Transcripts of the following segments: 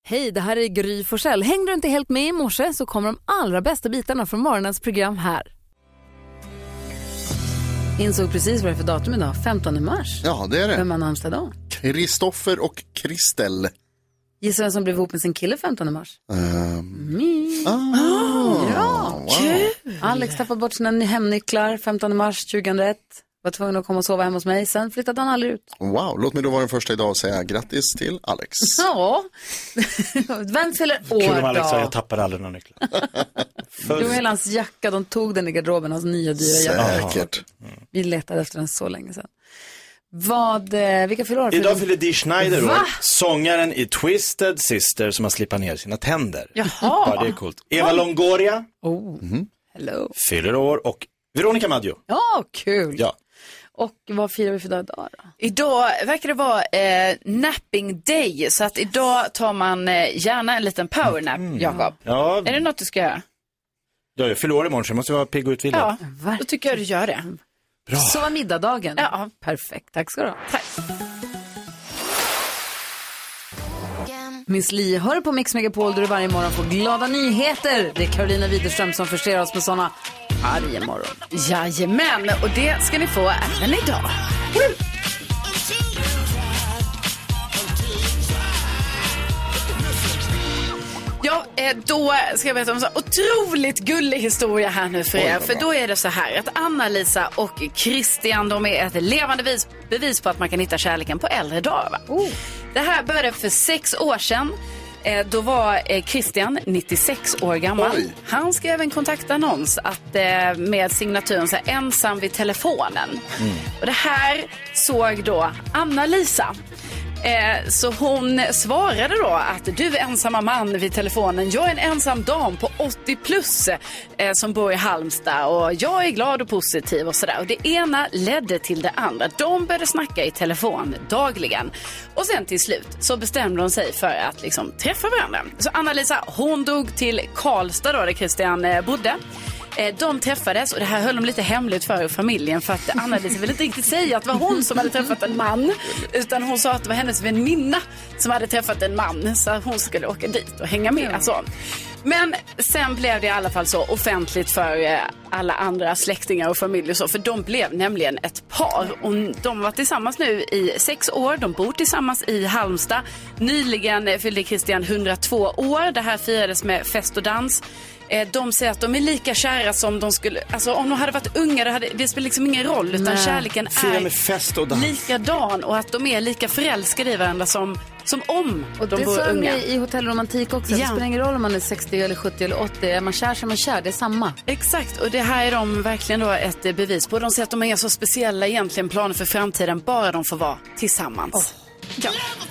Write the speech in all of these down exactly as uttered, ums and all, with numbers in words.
Hej, det här är Gry Forssell. Hängde du inte helt med i morse så kommer de allra bästa bitarna från morgonens program här. Insåg precis vad det är för datum idag, femtonde mars. Ja, det är det. Vem har namnsdag då? Kristoffer och Kristel. Gissa vem som blev ihop med sin kille femtonde mars? Um... Me. Ah, ja, wow. kul. Alex tappade bort sina hemnycklar femtonde mars tjugohundraett. Var tvungen att komma och sova hemma hos mig. Sen flyttade han aldrig ut. Wow, låt mig då vara den första idag och säga grattis till Alex. Ja, vem fyller år Kul om Alex då? sa, jag tappade aldrig några nycklar. Det var hela hans jacka, de tog den i garderoben, hans nya dyra jacka. Säkert. Vi letade efter den så länge sedan. Vad, vilka fyller år? Idag fyller Dee Schneider Va? år. Sångaren i Twisted Sister som har slippat ner sina tänder. Jaha. Ja, det är coolt. Eva Longoria Oh, mm-hmm. Hello. fyller år och Veronica Maggio. Ja, kul. Ja. Och vad firar vi för dag idag då? Idag verkar det vara eh, napping day, så att idag tar man eh, gärna en liten powernap, mm. Jakob. Ja. Är det något du ska göra? Ja, jag fyller år imorgon så jag måste vara pigg och utvilad. Ja, då tycker jag du gör det. Bra. Så var middagdagen. Ja. Perfekt, tack ska du ha. Tack. Miss Li, hör på Mix Megapol där du varje morgon får glada nyheter. Det är Carolina Widerström som förser oss med såna varje morgon. Jajamän, och det ska ni få även idag. Ja, då ska jag berätta om en så otroligt gullig historia här nu för er. För då är det så här att Anna-Lisa och Christian, de är ett levande bevis, bevis på att man kan hitta kärleken på äldre dagar. Va? Oh. Det här började för sex år sedan. Då var Christian nittiosex år gammal. Oj. Han skrev en kontaktannons att, med signaturen så här, ensam vid telefonen. Mm. Och det här såg då Anna-Lisa. Eh, så hon svarade då att du är ensamma man vid telefonen. Jag är en ensam dam på åttio plus eh, som bor i Halmstad och jag är glad och positiv och sådär. Och det ena ledde till det andra. De började snacka i telefon dagligen. Och sen till slut så bestämde de sig för att liksom träffa varandra. Så Anna-Lisa, hon drog till Karlstad då där Christian eh, bodde. De träffades och det här höll de lite hemligt för familjen för att Anna-Lisa ville inte riktigt säga att det var hon som hade träffat en man, utan hon sa att det var hennes väninna som hade träffat en man, så hon skulle åka dit och hänga med. Alltså. Men sen blev det i alla fall så offentligt för alla andra släktingar och familjer så, för de blev nämligen ett par och de var tillsammans nu i sex år. De bor tillsammans i Halmstad. Nyligen fyllde Christian hundratvå år. Det här firades med fest och dans. De säger att de är lika kära som de skulle, alltså om de hade varit unga det, hade, det spelar liksom ingen roll, utan Nej. Kärleken Fira är med fest och dans. Likadan och att de är lika förälskade i varandra som, som om och de det bor unga. Det i hotellromantik också, ja. Det spelar ingen roll om man är sextio eller sjuttio eller åttio, är man kär som man kär, det är samma. Exakt, och det här är de verkligen då ett bevis på. De säger att de är så speciella egentligen planer för framtiden, bara de får vara tillsammans. Oh. Ja.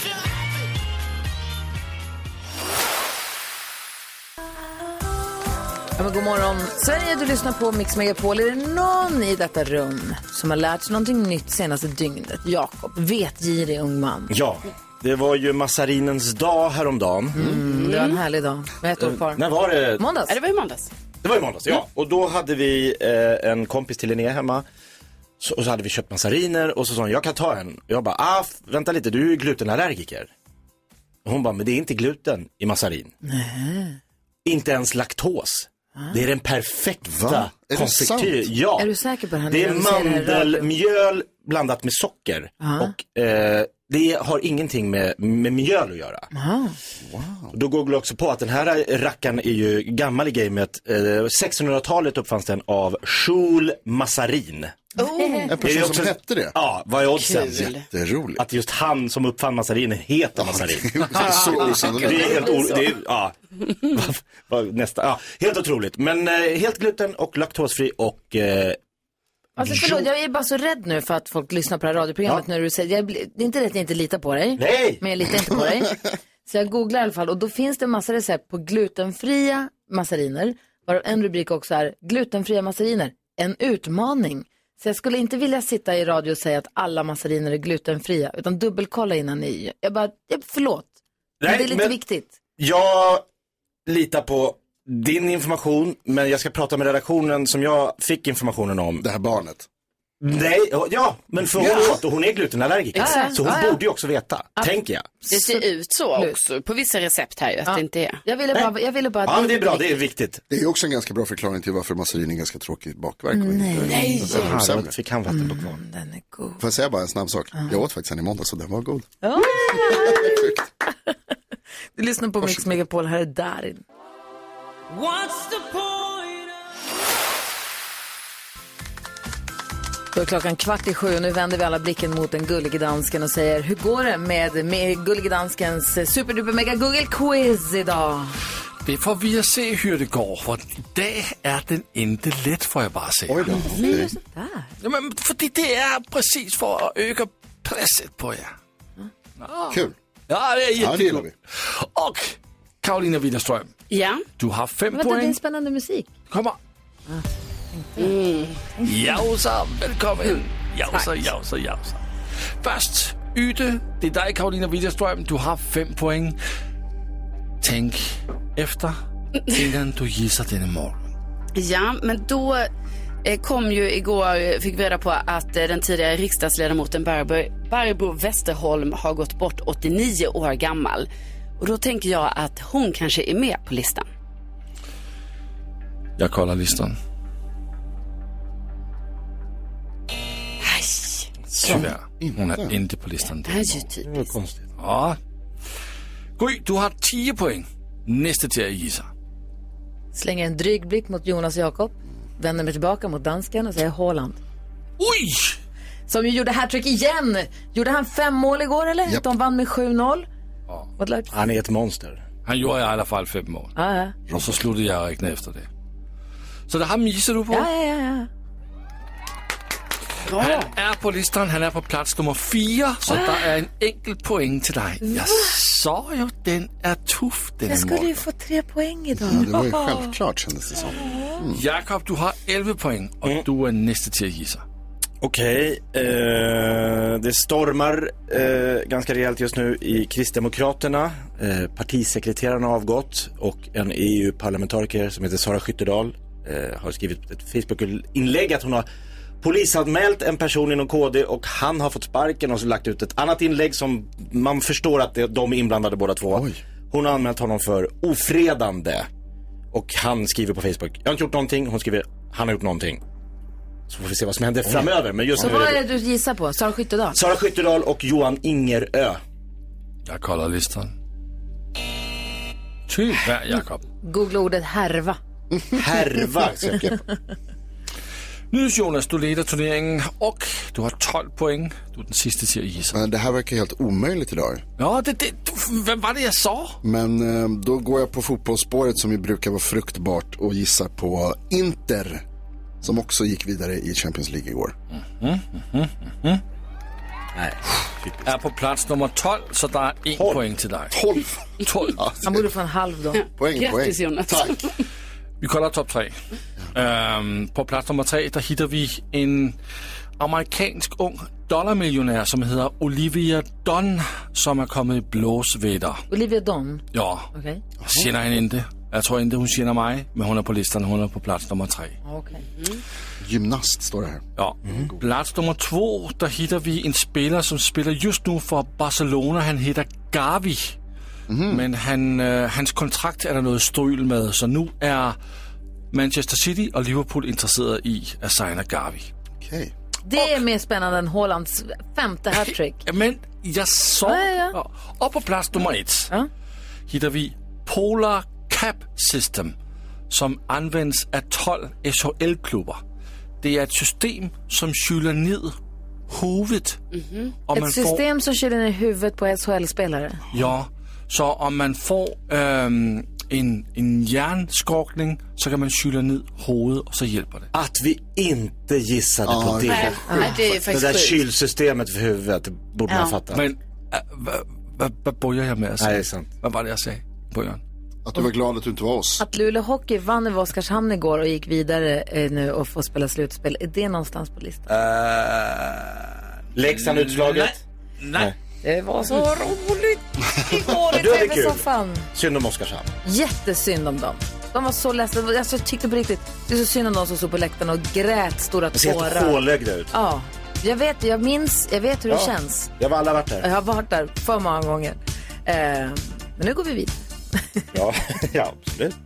Ja, men god morgon. Sverige, du lyssnar på Mix Megapol. Är det någon i detta rum som har lärt sig någonting nytt senaste dygnet? Jakob, vetgirig ung man. Ja, det var ju massarinens dag häromdagen. Mm, det var en härlig dag. Med ett år kvar. Uh, när var det? Måndags. Ja, det var i måndags. Det var i måndags, ja. Och då hade vi eh, en kompis till Linnea hemma. Så, och så hade vi köpt massariner. Och så sa hon, jag kan ta en. Jag bara, ah, vänta lite, du är ju glutenallergiker. Och hon bara, men det är inte gluten i massarin. Nej. Inte ens laktos. Det är den perfekta Va? Är konfektyr. det sant? Ja. Är du säker på det här? Det är mandelmjöl blandat med socker. Aha. Och eh, det har ingenting med, med mjöl att göra. Aha. Wow. Och då googlar jag också på att den här rackaren är ju gammal i gamet. Eh, sexhundratalet uppfanns den av Jules Massarin. Oh. En person också, som hette det? Ja, vad är oddsen? Jätteroligt. Att just han som uppfann massarinen heter massarin. Så osannolikt. Det är helt o- det är, ja. Nästa, ja, helt otroligt. Men eh, helt gluten och laktosfri och eh, alltså förlåt, jag är bara så rädd nu för att folk lyssnar på det här radioprogrammet. Ja. När du säger, jag, det är inte det att jag inte litar på dig. Nej. Men jag litar inte på dig. Så jag googlar i alla fall och då finns det en massa recept på glutenfria massariner. Varav en rubrik också är glutenfria massariner. En utmaning. Så jag skulle inte vilja sitta i radio och säga att alla massariner är glutenfria. Utan dubbelkolla innan ni... Jag bara, förlåt. Nej, men det är lite men viktigt. Jag litar på din information. Men jag ska prata med redaktionen som jag fick informationen om. Det här barnet. Nej, ja, men för hon, ja. åt, och hon är glutenallergiker. Ja, så hon ja, ja. borde ju också veta, ja. tänker jag. Det ser ut så också på vissa recept här ju, att ja. det inte är. Jag ville bara, jag ville bara ja, men det är bra, det är viktigt. Det är också en ganska bra förklaring till varför massarin är en ganska tråkig bakverk. Nej, nej. Jaha, då fick han vatten på kvar. Mm, den är god. Får jag säga bara en snabb sak? Uh-huh. Jag åt faktiskt en i måndag så den var god. Oh. Du lyssnar på Mix Megapol, här är Darin. What's the point? Då är klockan kvart i sju och nu vänder vi alla blicken mot den gullige dansken och säger, hur går det med, med gullige danskens superduper mega Google quiz idag? Det får vi att se hur det går, för idag är den inte lätt, får jag bara säga. Oj då, okay. Ja, men för det är precis för att öka presset på er. Mm. Ja. Kul. Ja, det är jättekul. Ja, det och Karolina Widerström. Ja. Du har fem men poäng. Det är spännande musik. Kom on. Mm. Jausa, välkommen. Jausa, jausa, jausa. Först, Yte, det är dig Karolina Widerström. Du har fem poäng. Tänk efter innan du gissar den imorgon. Ja, men då eh, kom ju igår, fick vi reda på att eh, den tidigare riksdagsledamoten Barbro, Barbro Westerholm har gått bort åttionio år gammal. Och då tänker jag att hon kanske är med på listan. Jag kollar listan. Tyvärr, hon är inte på listan. Det här är ju typiskt. Ja. Gry, du har tio poäng. Nästa till att gissa. Slänger en dryg blick mot Jonas Jakob. Vänder mig tillbaka mot dansken och säger Haaland. Oj! Som ju gjorde hattrick igen. Gjorde han fem mål igår eller? Yep. De vann med sju noll. Ja. Han är ett monster. Han gjorde i alla fall fem mål. Ja, ja. Och så slutade jag räkna efter det. Så det här gissar du på? Ja, ja, ja. Han är på listan, han är på plats nummer fyra. Så det är en enkel poäng till dig. Jag sa ju, den är tuff den Jag skulle morgon. ju få tre poäng idag. Ja, det var ju självklart kändes det som. Mm. Jakob, du har elva poäng och mm. du är nästa till att gissa. Okej, okay, eh, det stormar eh, ganska rejält just nu i Kristdemokraterna. Eh, partisekreteraren har avgått och en E U-parlamentariker som heter Sara Skyttedal eh, har skrivit ett Facebook-inlägg att hon har polisanmält en person inom K D och han har fått sparken och så lagt ut ett annat inlägg som man förstår att det, de är inblandade båda två. Oj. Hon har anmält honom för ofredande och han skriver på Facebook, jag har inte gjort någonting, hon skriver, han har gjort någonting. Så får vi se vad som händer Oj. framöver. Men just så nu vad är det är det du gissar på? Sara Skyttedal? Sara Skyttedal och Johan Ingerö. Jag kollar listan. Tyvärr, Jakob. Googla ordet härva. Härva. Nu Jonas, du leder turneringen och du har tolv poäng. Du är den sista till att gissa. Men det här verkar helt omöjligt idag. Ja, det, det, vem var det jag sa? Men eh, då går jag på fotbollsspåret som ju brukar vara fruktbart och gissar på Inter. Som också gick vidare i Champions League igår. Mm-hmm, mm-hmm, mm-hmm. Nej, är på plats nummer tolv, så det är en tolv. Poäng till dig. tolv? tolv. Ja, han borde få en halv då. Poäng, Grattis, poäng. Jonas. Tack. Vi kollar topp tre. Um, på plats nummer tre, där hittar vi en amerikansk ung dollarmiljonär som heter Olivia Dunn, som är kommit i blåsväder. Olivia Dunn? Ja. Okay. Jag känner henne inte. Jag tror inte hon känner mig, men hon är på listan. Hon är på plats nummer tre. Okay. Mm. Gymnast står det här. Ja. Mm. Plats nummer två, där hittar vi en spelare som spelar just nu för Barcelona. Han heter Gavi. Mm. Men han, uh, hans kontrakt är der noget strul med, så nu är Manchester City och Liverpool intresserade i att signa Gavi. Okay. Det är mer spännande än Haalands femte hattrick. Men jag sa... Ja, ja, ja. Och på plats nummer ett ja. hittar vi Polar Cap System, som används av tolv S H L-klubbar. Det är ett system som kyler ned huvudet. Mm-hmm. Ett man system får... som kyler ner huvudet på S H L-spelare? Ja, så om man får ähm, en, en hjärnskakning så kan man kyla ner huvudet och så hjälper det. Att vi inte gissade ah, på det. Nej, nej, det är faktiskt det där sjukt. Kylsystemet för huvudet, det borde ja. man fatta. Men äh, vad va, börjar jag med att säga? Nej, det är sant. Vad var det jag säger? Början. Att du var glad att du inte var oss. Att Luleå Hockey vann över Oskarshamn igår och gick vidare eh, nu och får spela slutspel. Är det någonstans på listan? Uh, Leksand-utslaget? Nej. Nej. Det var så roligt igår i T V soffan. Synd om Oskarshamn. Jättesynd om dem. De var så ledsna. Alltså, jag tyckte på riktigt, det är så synd om de som stod på läktaren och grät stora Det ser tårar. helt hålögda ut. Ja, jag vet, jag minns, jag vet hur Ja. det känns. Jag har alla varit där. Jag har varit där för många gånger. Eh, men nu går vi vidare. Ja, ja, absolut.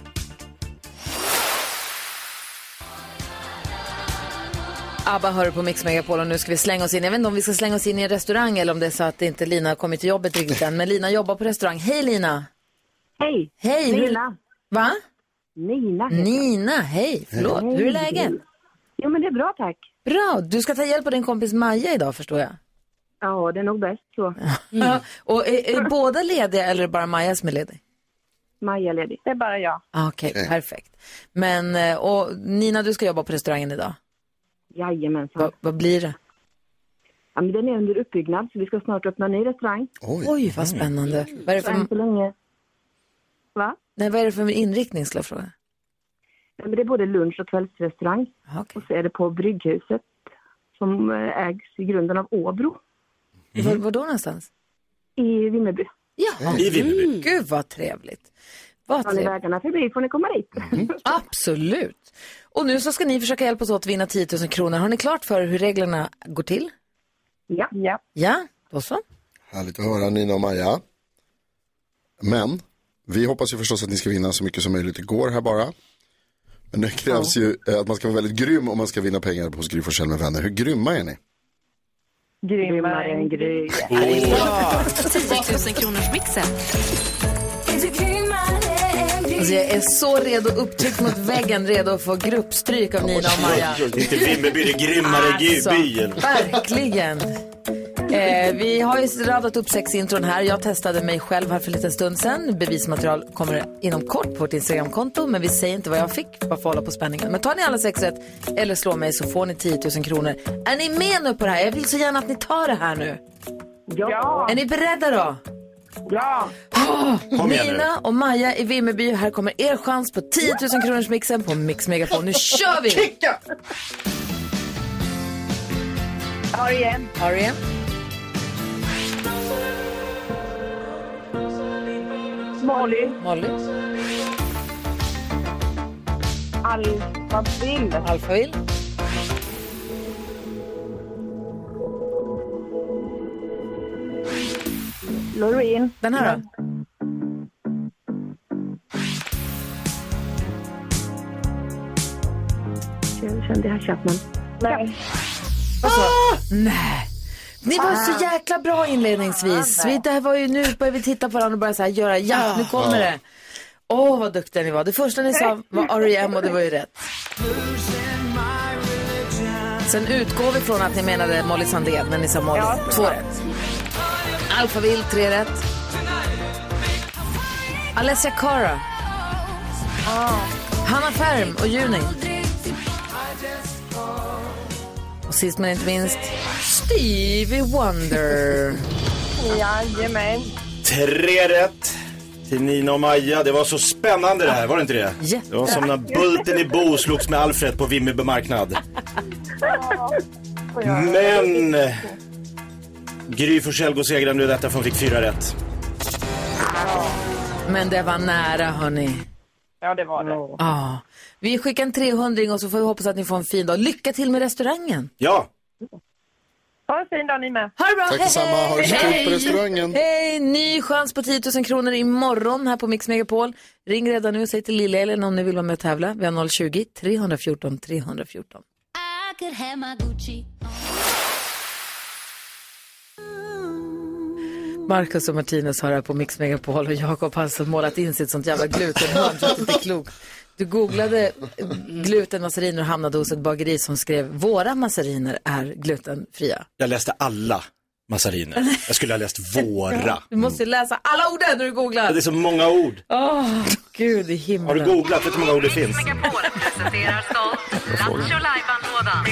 Abba hör på Mix Megapol och nu ska vi slänga oss in. Jag vet inte om vi ska slänga oss in i en restaurang eller om det är så att inte Lina har kommit till jobbet riktigt än. Men Lina jobbar på restaurang. Hej Lina! Hej! Hej! Hur... Nina. Va? Nina heter jag. Nina, hej! Förlåt, Hej. hur är läget? Jo, men det är bra, tack. Bra, du ska ta hjälp av din kompis Maja idag förstår jag. Ja, det är nog bäst så. Ja. Och är, är båda lediga eller är det bara Maja som är ledig? Maja är ledig. Det är bara jag. Ah, Okej, okay, perfekt. Men, eh, och Nina, du ska jobba på restaurangen idag. Jajamensan. Va, vad blir det? Ja, men den är under uppbyggnad så vi ska snart öppna en ny restaurang. Oj, Oj vad spännande. Vad är det Än så för, länge. Va? nej, vad är det för inriktning skulle jag fråga? Ja, men det är både lunch- och kvällsrestaurang. Okay. Och så är det på Brygghuset som ägs i grunden av Åbro. Mm. Var, var då någonstans? I Vimmerby. Ja, I Vimmerby. Mm. Gud vad trevligt. Vad Har ni trevligt. vägarna förbi får ni komma dit. Mm. Absolut. Och nu så ska ni försöka hjälpa oss åt att vinna tio tusen kronor. Har ni klart för er hur reglerna går till? Ja. ja. Ja, då så. Härligt att höra Nina och Maja. Men vi hoppas ju förstås att ni ska vinna så mycket som möjligt igår här bara. Men det krävs ju eh, att man ska vara väldigt grym om man ska vinna pengar på Gry Forssell med vänner. Hur grymma är ni? Grymmare än Gry. tio tusen kronors mixen. Alltså jag är så redo, upptryckt mot väggen, redo att få gruppstryk av Nina och Maja. Det är inte Vimmerby, det är grymmare Alltså, byen. verkligen. Eh, vi har ju radat upp sex intron här. Jag testade mig själv här för en liten stund sedan. Bevismaterial kommer inom kort på vårt Instagramkonto. Men vi säger inte vad jag fick, bara för att hålla på spänningen. Men tar ni alla sex rätt eller slår mig så får ni tio tusen kronor. Är ni med nu på det här? Jag vill så gärna att ni tar det här nu. Ja. Är ni beredda då? Ja. Oh, Kom igen nu. Nina och Maja i Vimmerby. Här kommer er chans på tio tusen kronors mixen på Mix Megapol. Nu kör vi! Kicka! R E M. R E M. Molly. Molly. Alphaville. Alphaville. Loreen. Den här då? Jag kände jag Chapman. Nej. Ah! Nej. Ni var så jäkla bra inledningsvis. Vi, det här var ju, nu börjar vi titta på varandra och börja så här göra, ja, nu kommer det. Åh, oh, vad duktiga ni var. Det första ni sa var R E M och det var ju rätt. Sen utgår vi från att ni menade Molly Sandén när ni sa Molly. Ja. Två rätt. Alphaville, tre rätt. Alessia Cara. Oh. Hanna Färm och Juni. Och sist men inte minst Stevie Wonder. Jajamän. Tre rätt till Nina och Maja. Det var så spännande det här, var det inte det? Yeah. Det var som när Bulten i Bo slogs med Alfred på Vimmerby marknad. Men Gry Forssell går segrande ur detta för hon fick fyra rätt. Men det var nära, hörni. Ja, det var det. Ah. Vi skickar en trehundring och så får vi hoppas att ni får en fin dag. Lycka till med restaurangen. Ja. Ha en fin dag ni med. Ha det bra. Tack detsamma, ha det så kul på restaurangen. Hej, ny chans på tio tusen kronor imorgon här på Mix Megapol. Ring redan nu och säg till Lille eller om ni vill vara med och tävla. Vi har noll tjugo, tre fjorton, tre fjorton. Marcus och Martinus har här på Mix Megapol och Jakob har så målat in sitt sånt jävla glutenhörn så att det inte är klokt. Du googlade glutenmassariner och hamnade hos ett bageri som skrev våra massariner är glutenfria. Jag läste alla massariner. Jag skulle ha läst våra. Du måste läsa alla orden när du googlar. Det är så många ord. Åh, oh, gud i himlen. Har du googlat? Vet du hur många ord det finns? Mix Megapol presenterar stolt Lattjo Lajban-lådan.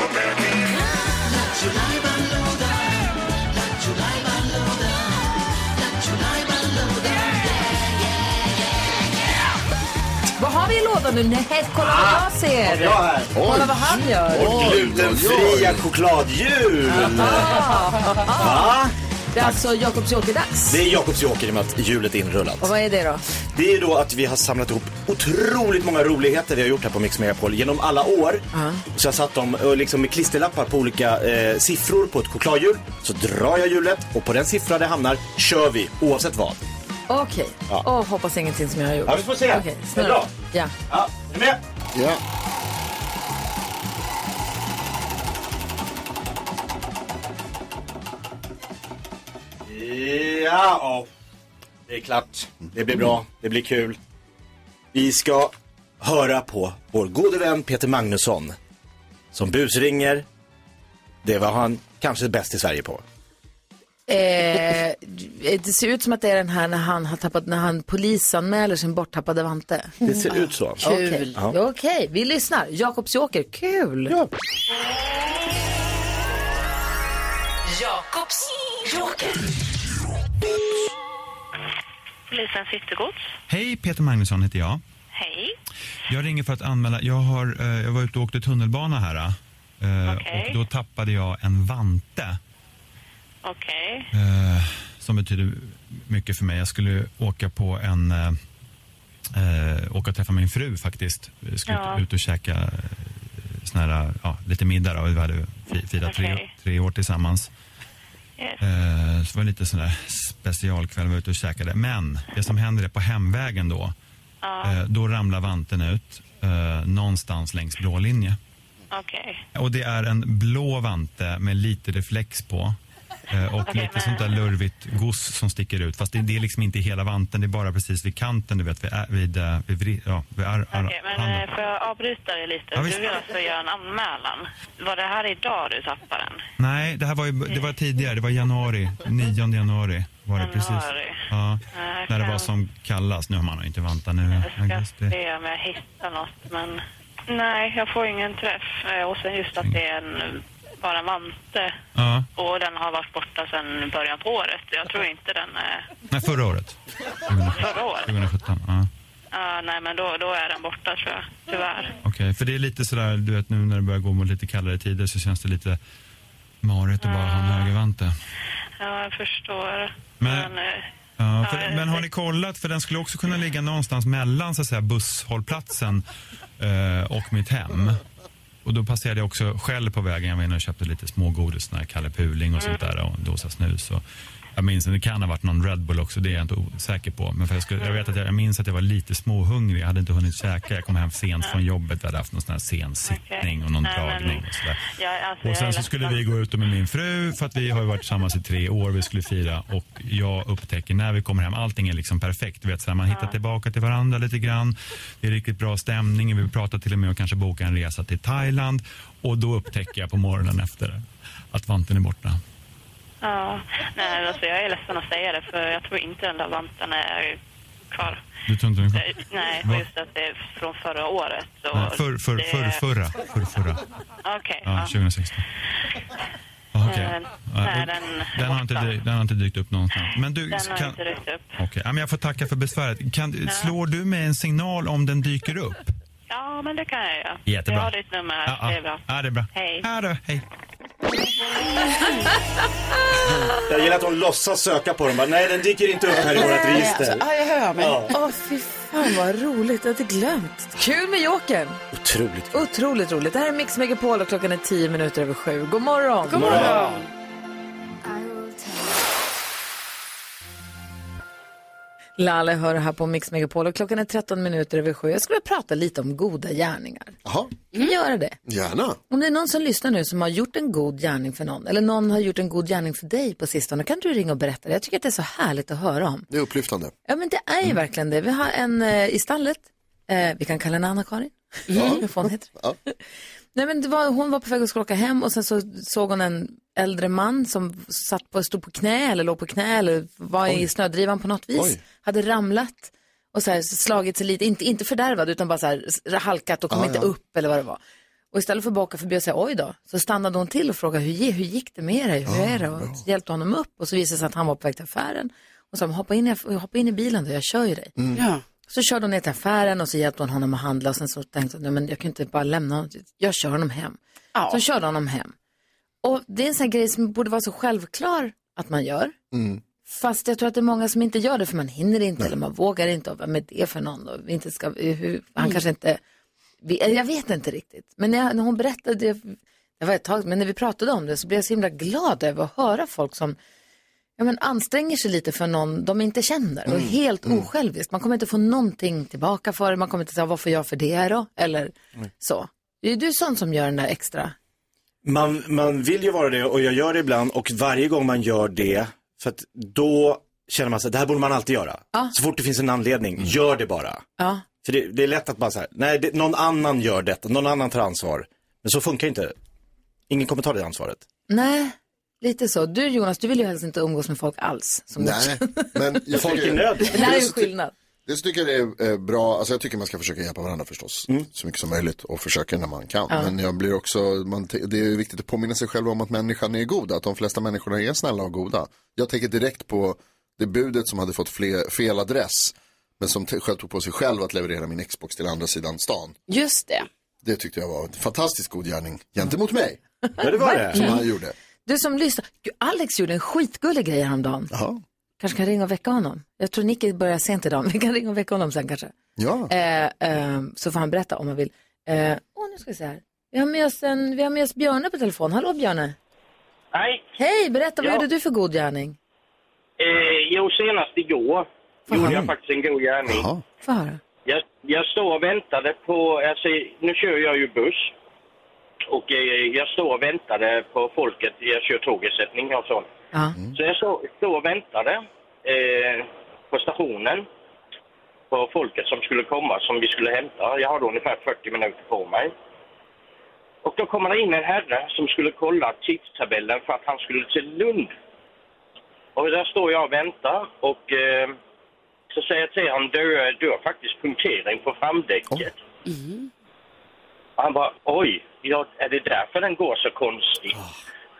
Vad har vi i lådan nu? Nej, kolla vad jag ser. Jag här. Kolla vad han gör. Och glutenfria chokladhjul. Va? Det är alltså Jakobs Joker-dags. Det är Jakobs Joker i och med att hjulet är inrullat. Och vad är det då? Det är då att vi har samlat ihop otroligt många roligheter vi har gjort här på Mix Megapol genom alla år. Uh-huh. Så jag satt dem och liksom med klisterlappar på olika eh, siffror på ett chokladhjul. Så drar jag hjulet och på den siffra det hamnar kör vi oavsett vad. Okej, okay. ja. Och hoppas ingenting som jag har gjort. Ja, vi får se. Okay, är det bra? Ja. Ja, är du med? Ja. Ja, det är klart. Det blir bra. Det blir kul. Vi ska höra på vår gode vän Peter Magnusson som busringer. Det var han kanske bäst i Sverige på. Eh, det ser ut som att det är den här när han har tappat, när han polisanmäler sin borttappade vante. Det ser ut så. Kul. Okej, okay. okay, vi lyssnar. Jakobs Joker, kul. Ja. Jakobs Joker. Polisen Citygods. Hej, Peter Magnusson heter jag. Hej. Jag ringer för att anmäla. Jag, har, eh, jag var ute och åkte tunnelbana här. Eh, okay. Och då tappade jag en vante. Okej. Okay. Eh, som betyder mycket för mig. Jag skulle åka på en... Eh, eh, åka och träffa min fru faktiskt. Jag skulle ja. ut och käka eh, såna här, ja, lite middag då. Vi hade firat okay. tre, tre år tillsammans. Yes. Eh, så var det lite sån där specialkväll, var ute och käkade. Men det som händer är på hemvägen då. Ja. Eh, då ramlar vanten ut eh, någonstans längs blå linje. Okej. Okay. Och det är en blå vante med lite reflex på. Eh, och okay, lite men... sånt där lurvigt goss som sticker ut. Fast det, det är liksom inte hela vanten, det är bara precis vid kanten, du vet, vid, vid, vid, vid, ja, vid ar, ar, Okej, okay, men handen. Får jag avbryta dig lite? Ja, du vill alltså göra en anmälan. Var det här idag du tappade den? Nej, det här var ju, det var tidigare, det var januari, nionde januari var det januari. Precis. Ja, när kan... det var som kallas. Nu har man ju inte vantat nu. Jag ska se om jag hittar något, men nej, jag får ingen träff. Och sen just att det är en... bara en vante. Ja. Och den har varit borta sedan början på året. Jag tror inte den är... Nej, förra året. Förra året? tjugohundrasjutton, ja. Ja, nej, men då, då är den borta, tror jag. Tyvärr. Okej, okay, för det är lite sådär, du vet, nu när det börjar gå mot lite kallare tider så känns det lite marigt att ja. bara ha en högervante. Ja, jag förstår. Men... men Ja, för, men har ni kollat, för den skulle också kunna ligga någonstans mellan så att säga busshållplatsen eh, och mitt hem. Och då passerade jag också själv på vägen. Jag var inne och köpte lite smågodis, sån här Kalle Puling och sånt där och en dosa snus. Och jag minns att det kan ha varit någon Red Bull också, det är jag inte osäker på. Men för jag, skulle, jag vet att jag, jag minns att jag var lite småhungrig, jag hade inte hunnit käka. Jag kom hem sent från jobbet, jag hade haft någon sån här sen sittning och någon Nej, dragning och sådär. Ja, alltså, och sen så skulle vi gå ut med min fru, för att vi har ju varit tillsammans i tre år, vi skulle fira. Och jag upptäcker när vi kommer hem, allting är liksom perfekt. Du vet, så här, man hittar ja. tillbaka till varandra lite grann. Det är riktigt bra stämning, vi pratar till och med och kanske boka en resa till Thailand. Och då upptäcker jag på morgonen efter att vanten är borta. Ja, nej, alltså jag är ledsen att säga det, för jag tror inte den där vanten är kvar. Du tror inte den är kvar? Nej, för just att det är från förra året. Så nej, för, för, det... för, förra, för förra. Okej. Okay, ja, ja. tjugohundrasexton. Ah, okay. uh, nej, den, den, har inte, den har inte dykt upp någonstans. Men du, den har kan... inte dykt upp. Okej, okay. Ja, men jag får tacka för besväret. Kan, ja. Slår du med en signal om den dyker upp? Ja, men det kan jag göra. Jättebra. Jag har ditt nummer här, ja, det är bra. Ja, det är bra. Hej. Ja, då, hej. Jag gillar att hon låtsas söka på dem. Bara, nej, den dyker inte upp här i vårt register. Ja, jag hör mig. Åh, ja. oh, fy fan vad roligt. Jag hade glömt. Kul med Jokern. Otroligt. Otroligt roligt. Det här är Mix Megapol och klockan är tio minuter över sju. God morgon. God morgon. God morgon. Lalle hör här på Mix Megapol och klockan är tretton minuter över sju. Jag skulle prata lite om goda gärningar. Jaha. Kan vi göra det? Gärna. Om det är någon som lyssnar nu som har gjort en god gärning för någon, eller någon har gjort en god gärning för dig på sistone, kan du ringa och berätta det? Jag tycker att det är så härligt att höra om. Det är upplyftande. Ja, men det är ju mm. verkligen det. Vi har en eh, i stallet. Eh, vi kan kalla henne Anna-Karin. Ja. Hur får hon heter? Ja. Nej, men det var, hon var på väg att åka hem och sen så såg hon en äldre man som satt på, stod på knä eller låg på knä eller var Oj. i snödrivan på något vis. Oj. Hade ramlat och så här slagit sig lite, inte, inte fördärvad utan bara så här halkat och kom ah, inte ja. upp eller vad det var. Och istället för att baka förbi och säga oj då, så stannade hon till och frågade hur, hur gick det med dig, hur ah, är det? Och bra. Hjälpte honom upp och så visade det sig att han var på väg till affären. Och så hoppa in, hoppa in i bilen då, jag kör ju dig. Mm. Ja. Så körde hon ner till affären och så hjälpte hon honom att handla och sen så tänkte hon, men jag kan inte bara lämna honom, jag kör honom hem. Ja. Så körde honom hem. Och det är en sån här grej som borde vara så självklar att man gör. Mm. Fast jag tror att det är många som inte gör det för man hinner inte. Nej. Eller man vågar inte. Och vad är det för någon då? Vi inte ska, hur, han mm. kanske inte... Vi, jag vet inte riktigt. Men när, när hon berättade... Det, det var ett tag, men när vi pratade om det så blev jag så himla glad över att höra folk som ja, men anstränger sig lite för någon de inte känner. Och Mm. helt Mm. osjälviskt. Man kommer inte få någonting tillbaka för det. Man kommer inte säga varför jag för det då? Eller Mm. så. Det är du sån som gör den där extra... Man, man vill ju vara det och jag gör det ibland och varje gång man gör det för att då känner man sig det här borde man alltid göra. Ja. Så fort det finns en anledning, mm. gör det bara. Ja. För det, det är lätt att bara så här, nej det, någon annan gör detta, någon annan tar ansvar. Men så funkar inte. Ingen kommer ta det ansvaret. Nej, lite så. Du Jonas, du vill ju helst inte umgås med folk alls. Som Nej, men folk är nöd. Det här är ju skillnad. Det tycker jag är bra, alltså jag tycker man ska försöka hjälpa varandra förstås, mm. så mycket som möjligt och försöka när man kan. Ja. Men jag blir också, man, det är viktigt att påminna sig själv om att människan är god, att de flesta människorna är snälla och goda. Jag tänker direkt på det budet som hade fått fler, fel adress, men som t- själv tog på sig själv att leverera min Xbox till andra sidan stan. Just det. Det tyckte jag var en fantastiskt god gärning gentemot mig. Ja, det var det. Som han gjorde. Du som lyssnar, Gud, Alex gjorde en skitgullig grej häromdagen. Jaha. Kanske kan ringa och väcka honom. Jag tror Nicky börjar sent idag, men vi kan ringa och väcka honom sen kanske. Ja. Eh, eh, så får han berätta om han vill. Åh, eh, oh, nu ska vi se här. Vi har med oss, en, vi har med oss Björne på telefon. Hallå Björne. Hej. Hej, berätta, vad ja. gjorde du för god gärning? Eh, jo, senast igår Fan. gjorde jag faktiskt en god gärning. Jaha. Få höra. Jag, jag står och väntade på, alltså, nu kör jag ju buss. Och eh, jag står och väntade på folket, jag kör tågersättning och sånt. Ja. Mm. Så jag stod, stod och väntade eh, på stationen på folket som skulle komma, som vi skulle hämta. Jag hade ungefär fyrtio minuter på mig. Och då kommer det in en herre som skulle kolla tidstabellen för att han skulle till Lund. Och där står jag och väntar och eh, så säger jag till honom, du, du har faktiskt punktering på framdäcket. Oh. Mm. Och han bara, oj, ja, är det därför den går så konstigt? Oh.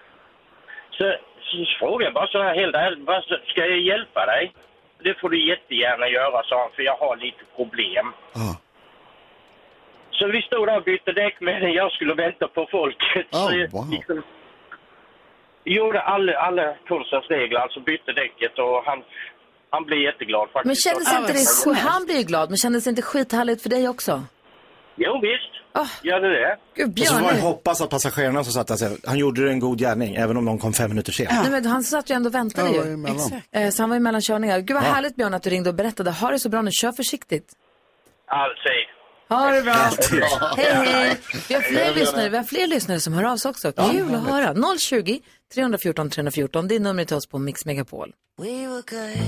Så, så frågar jag bara så här helt ärligt, ska jag hjälpa dig? Det får du jättegärna göra, sa han, för jag har lite problem. Oh. Så vi stod där och bytte däck med den, jag skulle vänta på folket. Oh, så jag, wow. liksom, gjorde alla, alla konstens regler, alltså bytte däcket och han, han blev jätteglad faktiskt. Men kändes inte det, han blir ju glad, men kändes det inte skithärligt för dig också? Jo visst, oh. gör det det. Gud, och så var jag hoppas att passagerarna som satt där, alltså, han gjorde en god gärning, även om de kom fem minuter sent. Ja. Nej, men han satt ju ändå och väntade ja, ju. Exakt. Så han var i mellankörningar. Gud vad ja. härligt Björn att du ringde och berättade. Ha det så bra nu, kör försiktigt. Alltså. Ha det bra. Hej hej. Vi har fler lyssnare, vi har fler lyssnare som hör av sig också. Kul ja, att höra. noll tjugo, tre fjorton, tre fjorton. Det är numret till oss på Mix Megapol. We were good.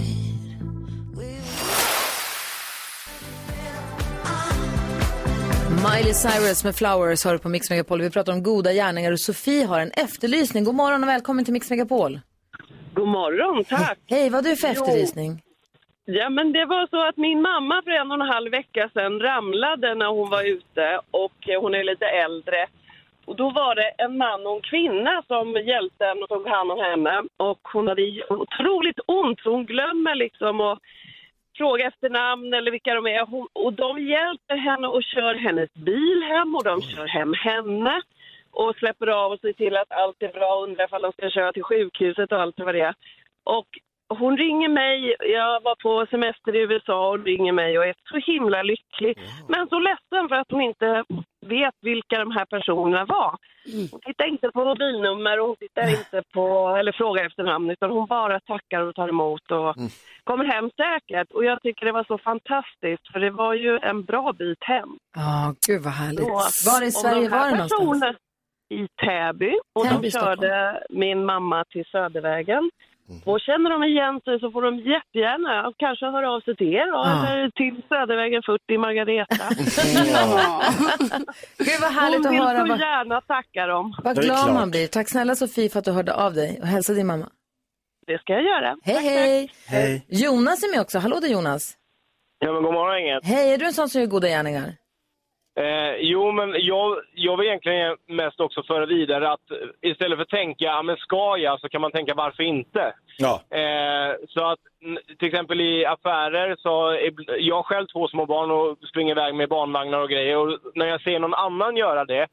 Miley Cyrus med Flowers hör på Mix Megapol. Vi pratar om goda gärningar och Sofie har en efterlysning. God morgon och välkommen till Mix Megapol. God morgon, tack. Hej, vad har du för efterlysning? Jo. Ja, men det var så att min mamma för en och en halv vecka sedan ramlade när hon var ute och hon är lite äldre. Och då var det en man och en kvinna som hjälpte henne och tog hand om henne. Och hon hade otroligt ont så hon glömmer liksom att fråga efter namn eller vilka de är. Hon, och de hjälper henne och kör hennes bil hem och de kör hem henne. Och släpper av och ser till att allt är bra och undrar ifall de ska köra till sjukhuset och allt vad det är. Och hon ringer mig, jag var på semester i U S A och ringer mig och är så himla lycklig. Men så ledsen för att hon inte vet vilka de här personerna var. Hon tittar inte på mobilnummer och hon tittar inte på, eller frågar efter namn, utan hon bara tackar och tar emot och kommer hem säkert. Och jag tycker det var så fantastiskt för det var ju en bra bit hem. Ja, oh, gud vad härligt. Så, var i Sverige de var det någonstans? I Täby och Täby, de körde min mamma till Södervägen. Och känner de igen sig så får de jättegärna och kanske höra av sig till er ja. Eller till Södervägen fyrtio i Margareta. Ja. Gud vad härligt hon att höra. Hon vill så gärna tacka dem. Vad glad man blir. Tack snälla Sofie för att du hörde av dig och hälsa din mamma. Det ska jag göra. Hej tack, hej. tack. Hej. Jonas är med också. Hallå där Jonas. Ja men god morgon inget. Hej, är du en sån som gör goda gärningar? Eh, jo, men jag, jag vill egentligen mest också föra vidare att istället för att tänka, ja men ska jag, så kan man tänka varför inte. Ja. Eh, så att till exempel i affärer så är jag själv två små barn och springer iväg med barnvagnar och grejer. Och när jag ser någon annan göra det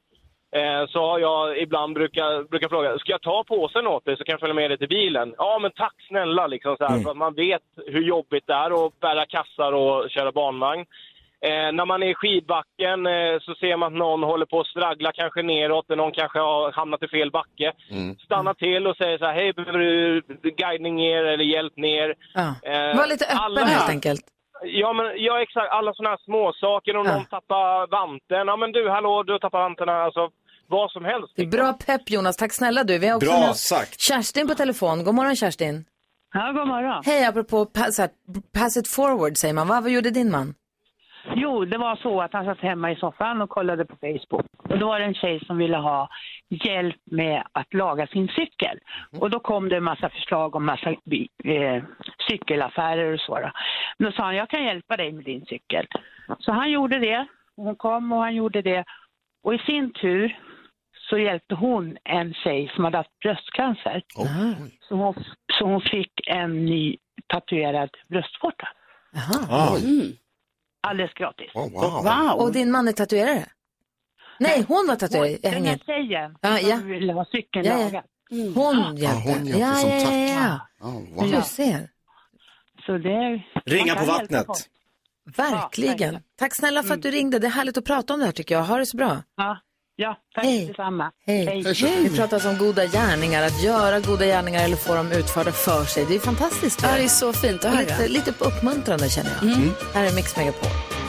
Eh, så har jag ibland brukar, brukar fråga, ska jag ta påsen åt dig så kan jag följa med dig till bilen? Ja, men tack snälla, liksom så här, mm. för att man vet hur jobbigt det är att bära kassar och köra barnvagn. Eh, när man är i skidbacken eh, så ser man att någon håller på att straggla kanske neråt, någon kanske har hamnat i fel backe. Mm. Stanna till och säger så här, hej, behöver du guidning ner eller hjälp ner? Ja. Eh, Var lite öppen alla, helt enkelt. Ja, men ja, exakt. Alla sådana här små saker. Om ja. någon tappar vanten. Ja, men du, hallå, du tappar vantarna. Alltså, vad som helst. Det är bra pepp, Jonas. Tack snälla du. Vi har också bra sagt. Kerstin på telefon. God morgon, Kerstin. Ja, god morgon. Hej, apropå pass, här, pass it forward, säger man. Vad, vad gjorde din man? Jo, det var så att han satt hemma i soffan och kollade på Facebook. Och då var det en tjej som ville ha hjälp med att laga sin cykel. Och då kom det en massa förslag om massa eh, cykelaffärer och så. Då. Men då sa han, jag kan hjälpa dig med din cykel. Så han gjorde det. Och hon kom och han gjorde det. Och i sin tur så hjälpte hon en tjej som hade haft bröstcancer. Oh. Så, hon, så hon fick en ny tatuerad bröstvårta. Jaha. Mm. Alldeles gratis. Oh, wow. Wow. Och din man är tatuerare? Nej, hon var tatuerare. Jag den här tjejen ja, ja. som ville ha cykeln ja, ja. lagad. Mm. Hon hjälpte. Ja, hon hjälpte ja, som ja, tack. Ja, ja. Oh, wow. Du ser. Så det, ringa på vattnet. Verkligen. Ja, tack snälla för att du ringde. Det är härligt att prata om det här tycker jag. Ha det så bra. Ja, ja tack Hej. detsamma. Hej. Hej. Hej. Vi pratar om goda gärningar. Att göra goda gärningar eller få dem utförda för sig. Det är fantastiskt. Ja, det är så fint att höra. Lite, lite uppmuntrande känner jag. Mm. Här är Mix Megapol.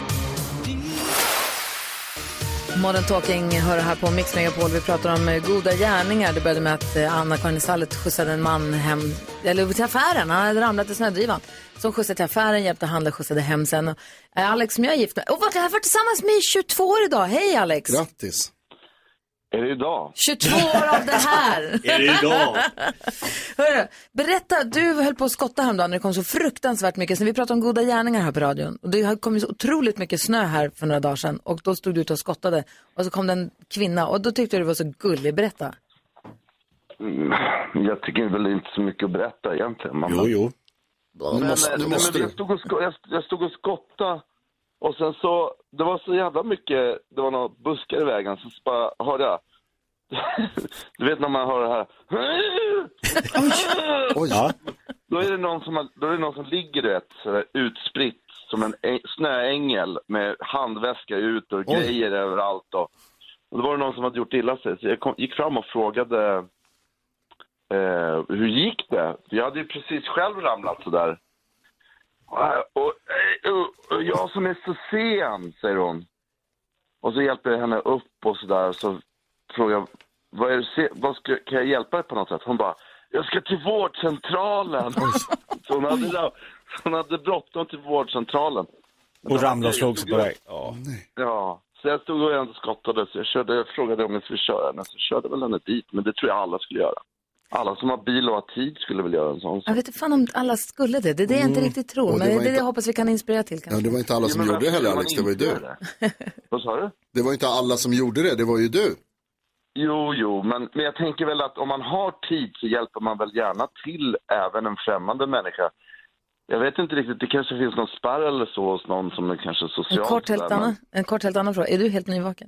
Modern Talking hör här på Mix Megapol. Vi pratar om goda gärningar. Det började med att Anna-Karin i stallet skjutsade en man hem, eller till affären. Han hade ramlat i snödrivan. Så skjutsade till affären, hjälpte handla, skjutsade hem sen. Och Alex som jag är gift med. Och jag har varit tillsammans med i tjugotvå år idag. Hej Alex. Grattis. Är det idag? tjugotvå år av det här. Är det idag? Hörru, berätta, du höll på att skotta häromdagen när det kom så fruktansvärt mycket. Så vi pratade om goda gärningar här på radion. Och det kom så otroligt mycket snö här för några dagar sedan. Och då stod du ute och skottade. Och så kom det en kvinna. Och då tyckte du det var så gullig. Berätta. Mm, jag tycker väl inte så mycket att berätta egentligen. Mamma. Jo, jo. Men, måste, men, måste men jag, stod och sko- jag, jag stod och skottade. Och sen så, det var så jävla mycket, det var några buskar i vägen. Så bara hörde jag. Du vet när man hör det här. Oj. Ja. Då är det någon som, då är det någon som ligger rätt så där, utspritt som en ä- snöängel med handväska ut och Oj. grejer överallt. Och, och då var det någon som hade gjort illa sig. Så jag kom, gick fram och frågade eh, hur gick det? Jag hade ju precis själv ramlat så där. Och, och, och jag som är så sen, säger hon. Och så hjälper jag henne upp och sådär. Så frågar jag, vad, är det, vad ska, kan jag hjälpa dig på något sätt? Hon bara, jag ska till vårdcentralen. Så hon hade, hon hade bråttom till vårdcentralen. Och ramlade och slog sig på väg. Ja. ja, så jag stod och ändå skottade. Så jag, körde, jag frågade om jag skulle köra henne. Så jag körde väl henne dit, men det tror jag alla skulle göra. Alla som har bil och har tid skulle väl göra en sån sak. Jag vet inte fan om alla skulle det. Det är det jag inte mm. riktigt tror. Men det är det inte... jag hoppas vi kan inspirera till. Kanske. Ja, det var inte alla som ja, gjorde det heller, Alex. Det var ju du. Vad sa du? Det var inte alla som gjorde det. Det var ju du. Jo, jo. Men, men jag tänker väl att om man har tid så hjälper man väl gärna till även en främmande människa. Jag vet inte riktigt. Det kanske finns någon spärr eller så hos någon som är kanske socialt. En kort helt, där, annan, men... en kort helt annan fråga. Är du helt nyvaken?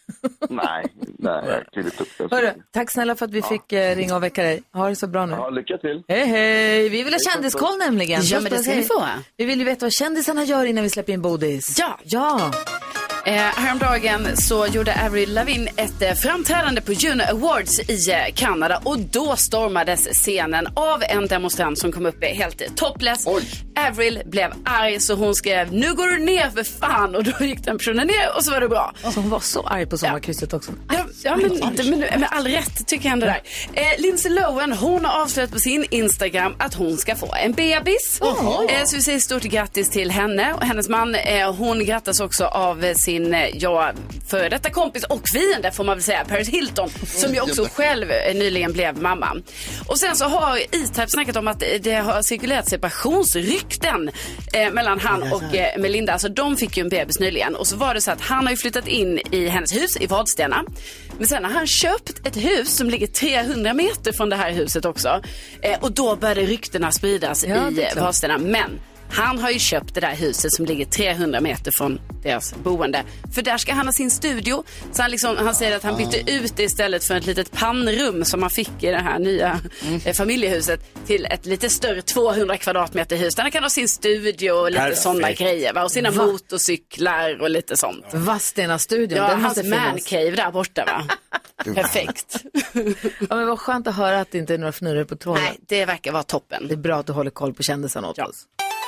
nej, nej, jag är lite upp. Hörru, tack snälla för att vi ja. fick eh, ringa och väcka dig. Ha det så bra nu. Ja, lycka till. Hej, hej. Vi vill ha kändiskoll nämligen. Ja, men det ska ni få. Vi vill ju veta vad kändisarna gör innan vi släpper in Bodis. Ja. Ja. Eh, häromdagen så gjorde Avril Lavigne ett eh, framträdande på Juno Awards i eh, Kanada. Och då stormades scenen av en demonstrant som kom upp helt topless. Oj. Avril blev arg så hon skrev, nu går du ner för fan. Och då gick den personen ner och så var det bra. Alltså hon var så arg på sommarkrysset också. Ja, ja men, men med all rätt tycker jag ändå där. Eh, Lindsay Lohan, hon har avslöjat på sin Instagram att hon ska få en bebis. Oh. Eh, så vi säger stort grattis till henne och hennes man. Eh, hon grattas också av sin ja, före detta kompis och fiende får man väl säga, Paris Hilton, som ju också själv nyligen blev mamma. Och sen så har E-Type snackat om att det har cirkulerat separationsrykten eh, mellan han och eh, Melinda. Alltså de fick ju en bebis nyligen. Och så var det så att han har ju flyttat in i hennes hus i Vadstena. Men sen har han köpt ett hus som ligger trehundra meter från det här huset också. Eh, och då började ryktena spridas ja, i Vadstena. Men Han har ju köpt det där huset som ligger trehundra meter från deras boende. För där ska han ha sin studio. Så han, liksom, han säger att han bytte ut det istället för ett litet pannrum som han fick i det här nya mm. familjehuset till ett lite större tvåhundra kvadratmeter hus. Där han kan ha sin studio och lite sådana grejer. Va? Och sina va? motorcyklar och lite sånt. Vadstena-studion. Ja, den hans mancave där borta va? Perfekt. Ja, men vad skönt att höra att det inte är några fnurror på tråden. Nej, det verkar vara toppen. Det är bra att du håller koll på kändisarna åt ja. oss.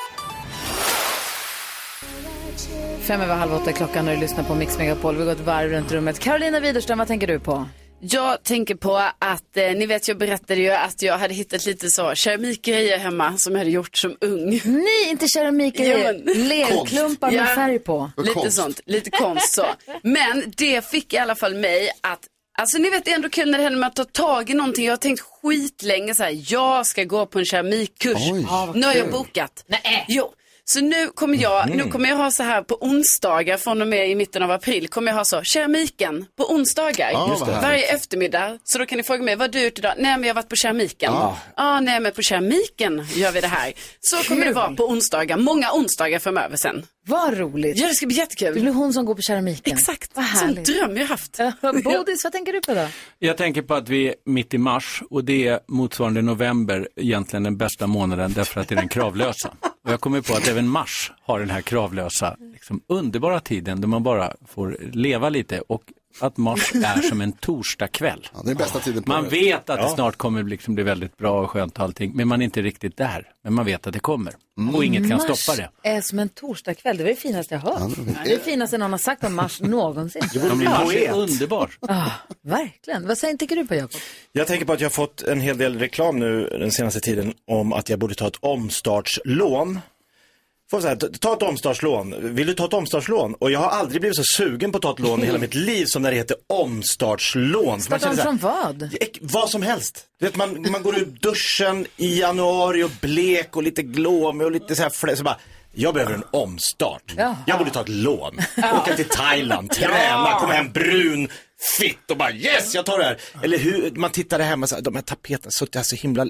Fem över halv åtta klockan när du lyssnar på Mix Megapol. Vi går ett varv runt rummet. Carolina Widerström, vad tänker du på? Jag tänker på att, eh, ni vet jag berättade ju att jag hade hittat lite så keramikgrejer hemma som jag hade gjort som ung. Nej, inte keramikgrejer. Lerklumpar med ja, färg på. Lite konst. sånt, lite konst så. Men det fick i alla fall mig att, alltså ni vet det är ändå kul när det händer med att ta tag i någonting. Jag har tänkt skitlänge så här, jag ska gå på en keramikkurs. Oj, nu har jag bokat. Nej. Jo. Så nu kommer jag, mm. nu kommer jag ha så här på onsdagar från och med i mitten av april kommer jag ha så keramiken på onsdagar ah, varje eftermiddag. Så då kan ni fråga mig, vad har du gjort idag? Nej men jag har varit på keramiken. Ja ah. ah, nej men på keramiken gör vi det här. Så kul. Kommer det vara på onsdagar, många onsdagar framöver sen. Vad roligt. Ja det ska bli jättekul. Det blir hon som går på keramiken. Exakt, vad härligt. Som dröm jag haft. Bodis, vad tänker du på då? Jag tänker på att vi är mitt i mars och det är motsvarande november egentligen den bästa månaden därför att det är den kravlösa. Och jag kommer på att även mars har den här kravlösa liksom, underbara tiden då man bara får leva lite och att mars är som en torsdag kväll. Ja, det är bästa tiden på man det. vet att ja. det snart kommer liksom bli väldigt bra och skönt och allting, men man är inte riktigt där. Men man vet att det kommer. Mm. Och inget kan mars stoppa det. Är som en torsdagkväll, det är det finaste jag har hört. Ja, det är det finaste någon har sagt om mars någonsin. Det mars är underbar. Ah, verkligen. Vad säger, tänker du på, Jakob? Jag tänker på att jag har fått en hel del reklam nu den senaste tiden om att jag borde ta ett omstartslån. Får säga, ta ett omstartslån. Vill du ta ett omstartslån? Och jag har aldrig blivit så sugen på att ta ett lån i hela mitt liv som när det heter omstartslån. Starta om från vad? Vad som helst. Du vet, man, man går ur duschen i januari och blek och lite glåmig och lite så här. Så bara, jag behöver en omstart. Jaha. Jag borde ta ett lån. Åka till Thailand, träna, komma hem brun, fitt och bara yes, jag tar det här. Eller hur, man tittar där hemma så här, de här tapeterna suttit här så himla...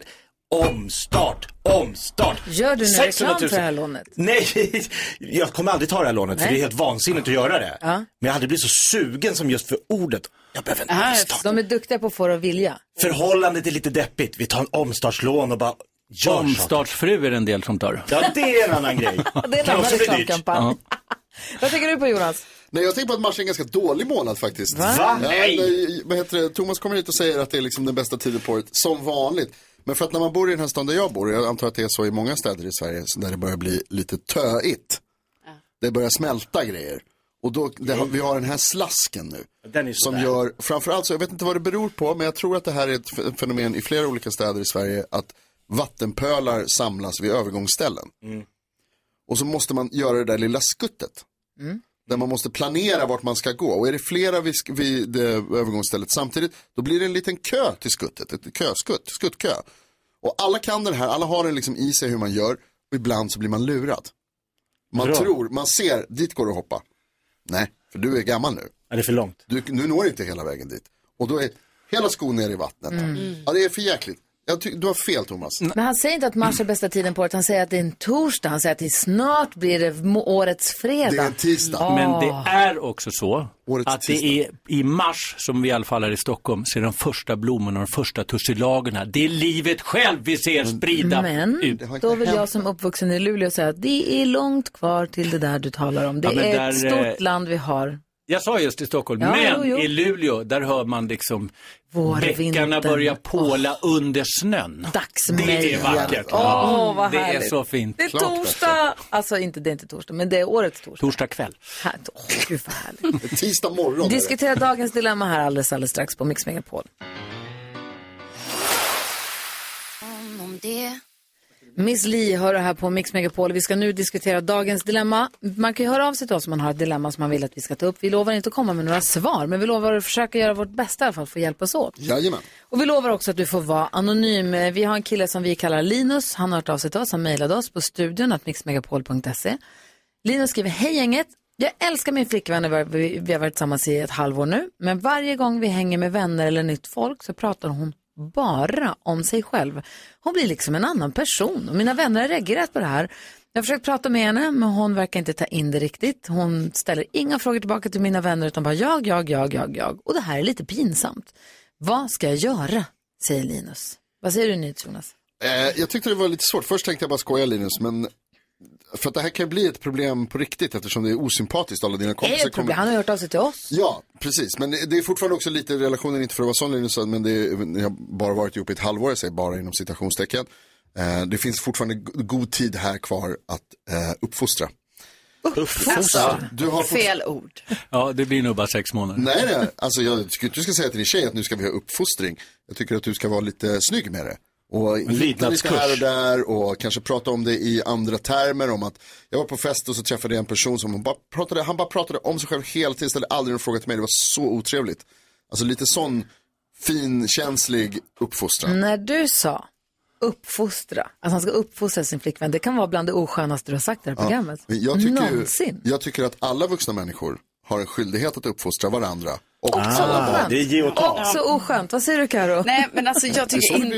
Omstart, omstart. Gör du nu reklam för det här lånet? Nej, jag kommer aldrig ta det här lånet. Nej. För det är helt vansinnigt att göra det. Ja. Men jag hade blivit så sugen som just för ordet. Jag behöver en Aha, omstart. De är duktiga på att få det att vilja. Förhållandet är lite deppigt. Vi tar en omstartslån och bara gör omstartsfru är en del som tar. Ja, det är en annan grej. Det är en annan reklamkampanj. Vad tänker du på, Jonas? Nej, jag tänker på att mars är en ganska dålig månad faktiskt. Va? Va? Nej. Nej. Vad heter det? Thomas kommer hit och säger att det är liksom den bästa tiden på året, som vanligt. Men för att när man bor i den här stan där jag bor, jag antar att det är så i många städer i Sverige, så där det börjar bli lite töigt. Ja. Det börjar smälta grejer. Och då, det, vi har den här slasken nu. Den är som gör, framförallt så, jag vet inte vad det beror på, men jag tror att det här är ett fenomen i flera olika städer i Sverige, att vattenpölar samlas vid övergångsställen. Mm. Och så måste man göra det där lilla skuttet. Mm. Där man måste planera vart man ska gå. Och är det flera vid, vid det övergångsstället samtidigt, då blir det en liten kö till skuttet. Ett köskutt, skuttkö. Och alla kan den här, alla har den liksom i sig hur man gör. Och ibland så blir man lurad. Man Bra. tror, man ser, dit går du att hoppa. Nej, för du är gammal nu. Ja, det är för långt. Du, du når inte hela vägen dit. Och då är hela skon ner i vattnet. Mm. Ja, det är för jäkligt. Jag ty- du har fel, Thomas. Men han säger inte att mars är bästa tiden på året. Han säger att det är en torsdag. Han säger att det snart blir det årets fredag. Det är en tisdag. Oh. Men det är också så årets att tisdag. Det är i mars, som vi i alla fall är i Stockholm, ser de första blommorna och de första tussilagerna. Det är livet själv vi ser sprida Men ut. Då vill jag som uppvuxen i Luleå säga att det är långt kvar till det där du talar om. Det ja, är där, ett stort land vi har. Jag sa just i Stockholm, ja, men jo, jo. i Luleå, där hör man liksom bäckarna börja påla oh. under snön. Dagsmeja. Det är vackert. Åh, oh, vad det härligt. är så fint. Det är torsdag. Alltså, inte, det är inte torsdag, men det är årets torsdag. Torsdag kväll. Här, oh, gud vad härligt. Tisdag morgon. Diskutera dagens dilemma här alldeles, alldeles strax på Mix Megapol. Om det... Miss Li hör det här på Mix Megapol. Vi ska nu diskutera dagens dilemma. Man kan ju höra av sig till oss om man har ett dilemma som man vill att vi ska ta upp. Vi lovar inte att komma med några svar, men vi lovar att försöka göra vårt bästa i alla fall för att hjälpas åt. Jajamän. Och vi lovar också att du får vara anonym. Vi har en kille som vi kallar Linus. Han har hört av sig till oss. Han mejlade oss på studion at mixmegapol punkt se. Linus skriver: hej gänget. Jag älskar min flickvän. Vi har varit tillsammans i ett halvår nu. Men varje gång vi hänger med vänner eller nytt folk så pratar hon bara om sig själv. Hon blir liksom en annan person. Och mina vänner har reagerat på det här. Jag har försökt prata med henne, men hon verkar inte ta in det riktigt. Hon ställer inga frågor tillbaka till mina vänner, utan bara jag, jag, jag, jag, jag. Och det här är lite pinsamt. Vad ska jag göra, säger Linus. Vad säger du, Nils, Jonas? Eh, jag tyckte det var lite svårt. Först tänkte jag bara skoja, Linus, men för att det här kan bli ett problem på riktigt, eftersom det är osympatiskt. Alla dina kompisar kommer... kommer... Han har hört av sig till oss. Ja, precis. Men det är fortfarande också lite relationen, inte för att vara sån, Linus, men det är, jag har bara varit ihop i ett halvår, jag säger bara inom citationstecken. Eh, det finns fortfarande god tid här kvar att eh, uppfostra. Uppfostra? Du har fort... Fel ord. Ja, det blir nog bara sex månader. Nej, nej. Alltså jag tycker du ska säga till din tjej att nu ska vi ha uppfostring. Jag tycker att du ska vara lite snygg med det. Och lite, lite här och där och kanske prata om det i andra termer, om att jag var på fest och så träffade jag en person som bara pratade, han bara pratade om sig själv hela tiden, ställde aldrig en fråga till mig. Det var så otrevligt. Alltså lite sån finkänslig uppfostran. När du sa uppfostra, att han ska uppfostra sin flickvän, det kan vara bland det oskönaste du har sagt i det här programmet. Ja, jag tycker, någonsin. Jag tycker att alla vuxna människor har en skyldighet att uppfostra varandra. Och också alla oskönt. Det är ge och ta. Också oskönt. Vad säger du, Karo? Nej, men alltså jag tycker det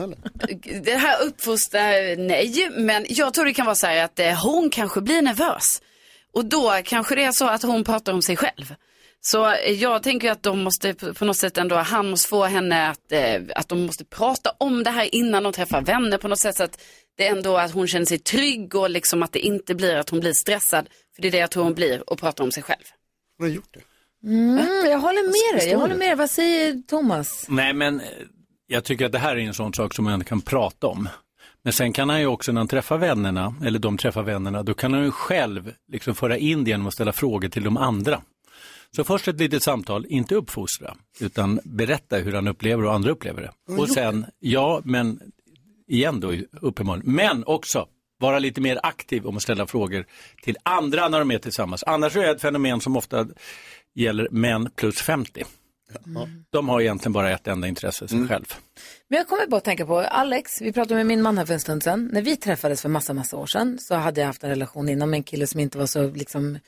inte det här uppfostra, nej, men jag tror det kan vara så här att eh, hon kanske blir nervös. Och då kanske det är så att hon pratar om sig själv. Så jag tänker att de måste på något sätt ändå, han måste få henne att, eh, att de måste prata om det här innan de träffar vänner på något sätt, så att det är ändå att hon känner sig trygg och liksom att det inte blir att hon blir stressad, för det är det jag tror hon blir, och pratar om sig själv. Hon har gjort det. Mm, jag håller med dig, jag håller med dig. Vad säger Thomas? Nej, men jag tycker att det här är en sån sak som man kan prata om. Men sen kan han ju också, när han träffar vännerna, eller de träffar vännerna, då kan han ju själv liksom föra in det genom att ställa frågor till de andra. Så först ett litet samtal, inte uppfostra, utan berätta hur han upplever och andra upplever det. Och sen, ja, men igen då uppenbarligen, men också vara lite mer aktiv om att ställa frågor till andra när de är tillsammans. Annars är det ett fenomen som ofta gäller män plus femtio. Mm. De har egentligen bara ett enda intresse, sig mm. själv. Men jag kommer bara att tänka på Alex, vi pratade med min man här för en stund sedan. När vi träffades för massa, massa år sedan så hade jag haft en relation innan med en kille som inte var så liksom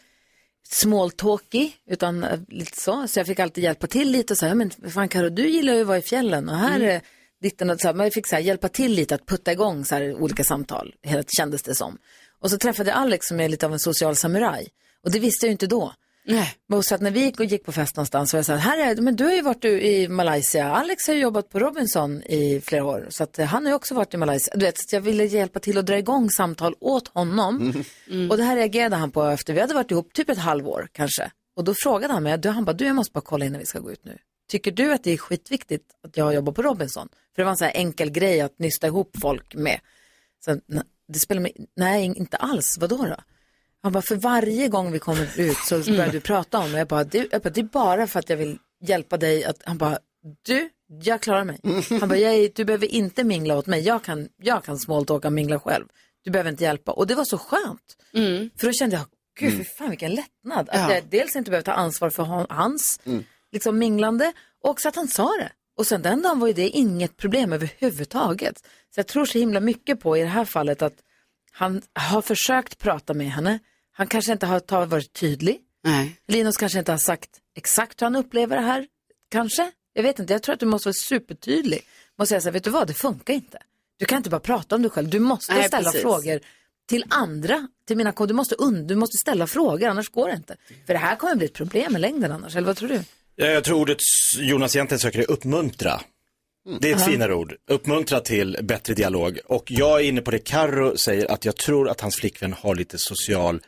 smalltalky, utan lite så. Så jag fick alltid hjälpa till lite och säga, men fan Karo, du gillar ju att vara i fjällen och här mm. är ditten och så här. Men jag fick så här, hjälpa till lite att putta igång så här, olika samtal, helt kändes det som. Och så träffade jag Alex som är lite av en social samuraj. Och det visste jag ju inte då. Nej. Och så att när vi gick, och gick på fest någonstans så var jag så här, här är, men du har ju varit i Malaysia. Alex har ju jobbat på Robinson i flera år. Så att han har ju också varit i Malaysia. Du vet, så jag ville hjälpa till att dra igång samtal åt honom. Mm. Och det här reagerade han på efter vi hade varit ihop typ ett halvår kanske. Och då frågade han mig, du, han bara, du jag måste bara kolla innan vi ska gå ut nu. Tycker du att det är skitviktigt att jag jobbar på Robinson? För det var en sån här enkel grej att nysta ihop folk med. Så det spelar mig, nej inte alls, vadå då? Han bara, för varje gång vi kommer ut så börjar mm. du prata om det. Jag bara, det, jag bara, det är bara för att jag vill hjälpa dig. Att, han bara, du, jag klarar mig. Han bara, jag, du behöver inte mingla åt mig. Jag kan, jag kan smalltalka och mingla själv. Du behöver inte hjälpa. Och det var så skönt. Mm. För då kände jag, gud, för fan vilken lättnad. Att ja. jag dels inte behöver ta ansvar för hans mm. liksom, minglande. Och också att han sa det. Och sen den dagen var ju det inget problem överhuvudtaget. Så jag tror så himla mycket på i det här fallet att han har försökt prata med henne. Han kanske inte har varit tydlig. Nej. Linus kanske inte har sagt exakt hur han upplever det här. Kanske. Jag vet inte. Jag tror att du måste vara supertydlig. Måste säga så här, vet du vad? Det funkar inte. Du kan inte bara prata om dig själv. Du måste Nej, ställa precis. frågor till andra. Till mina du måste und- Du måste ställa frågor, annars går det inte. För det här kommer bli ett problem i längden annars. Eller vad tror du? Jag tror ordet Jonas egentligen söker är uppmuntra. Det är ett uh-huh. finare ord. Uppmuntra till bättre dialog. Och jag är inne på det Karo säger, att jag tror att hans flickvän har lite social,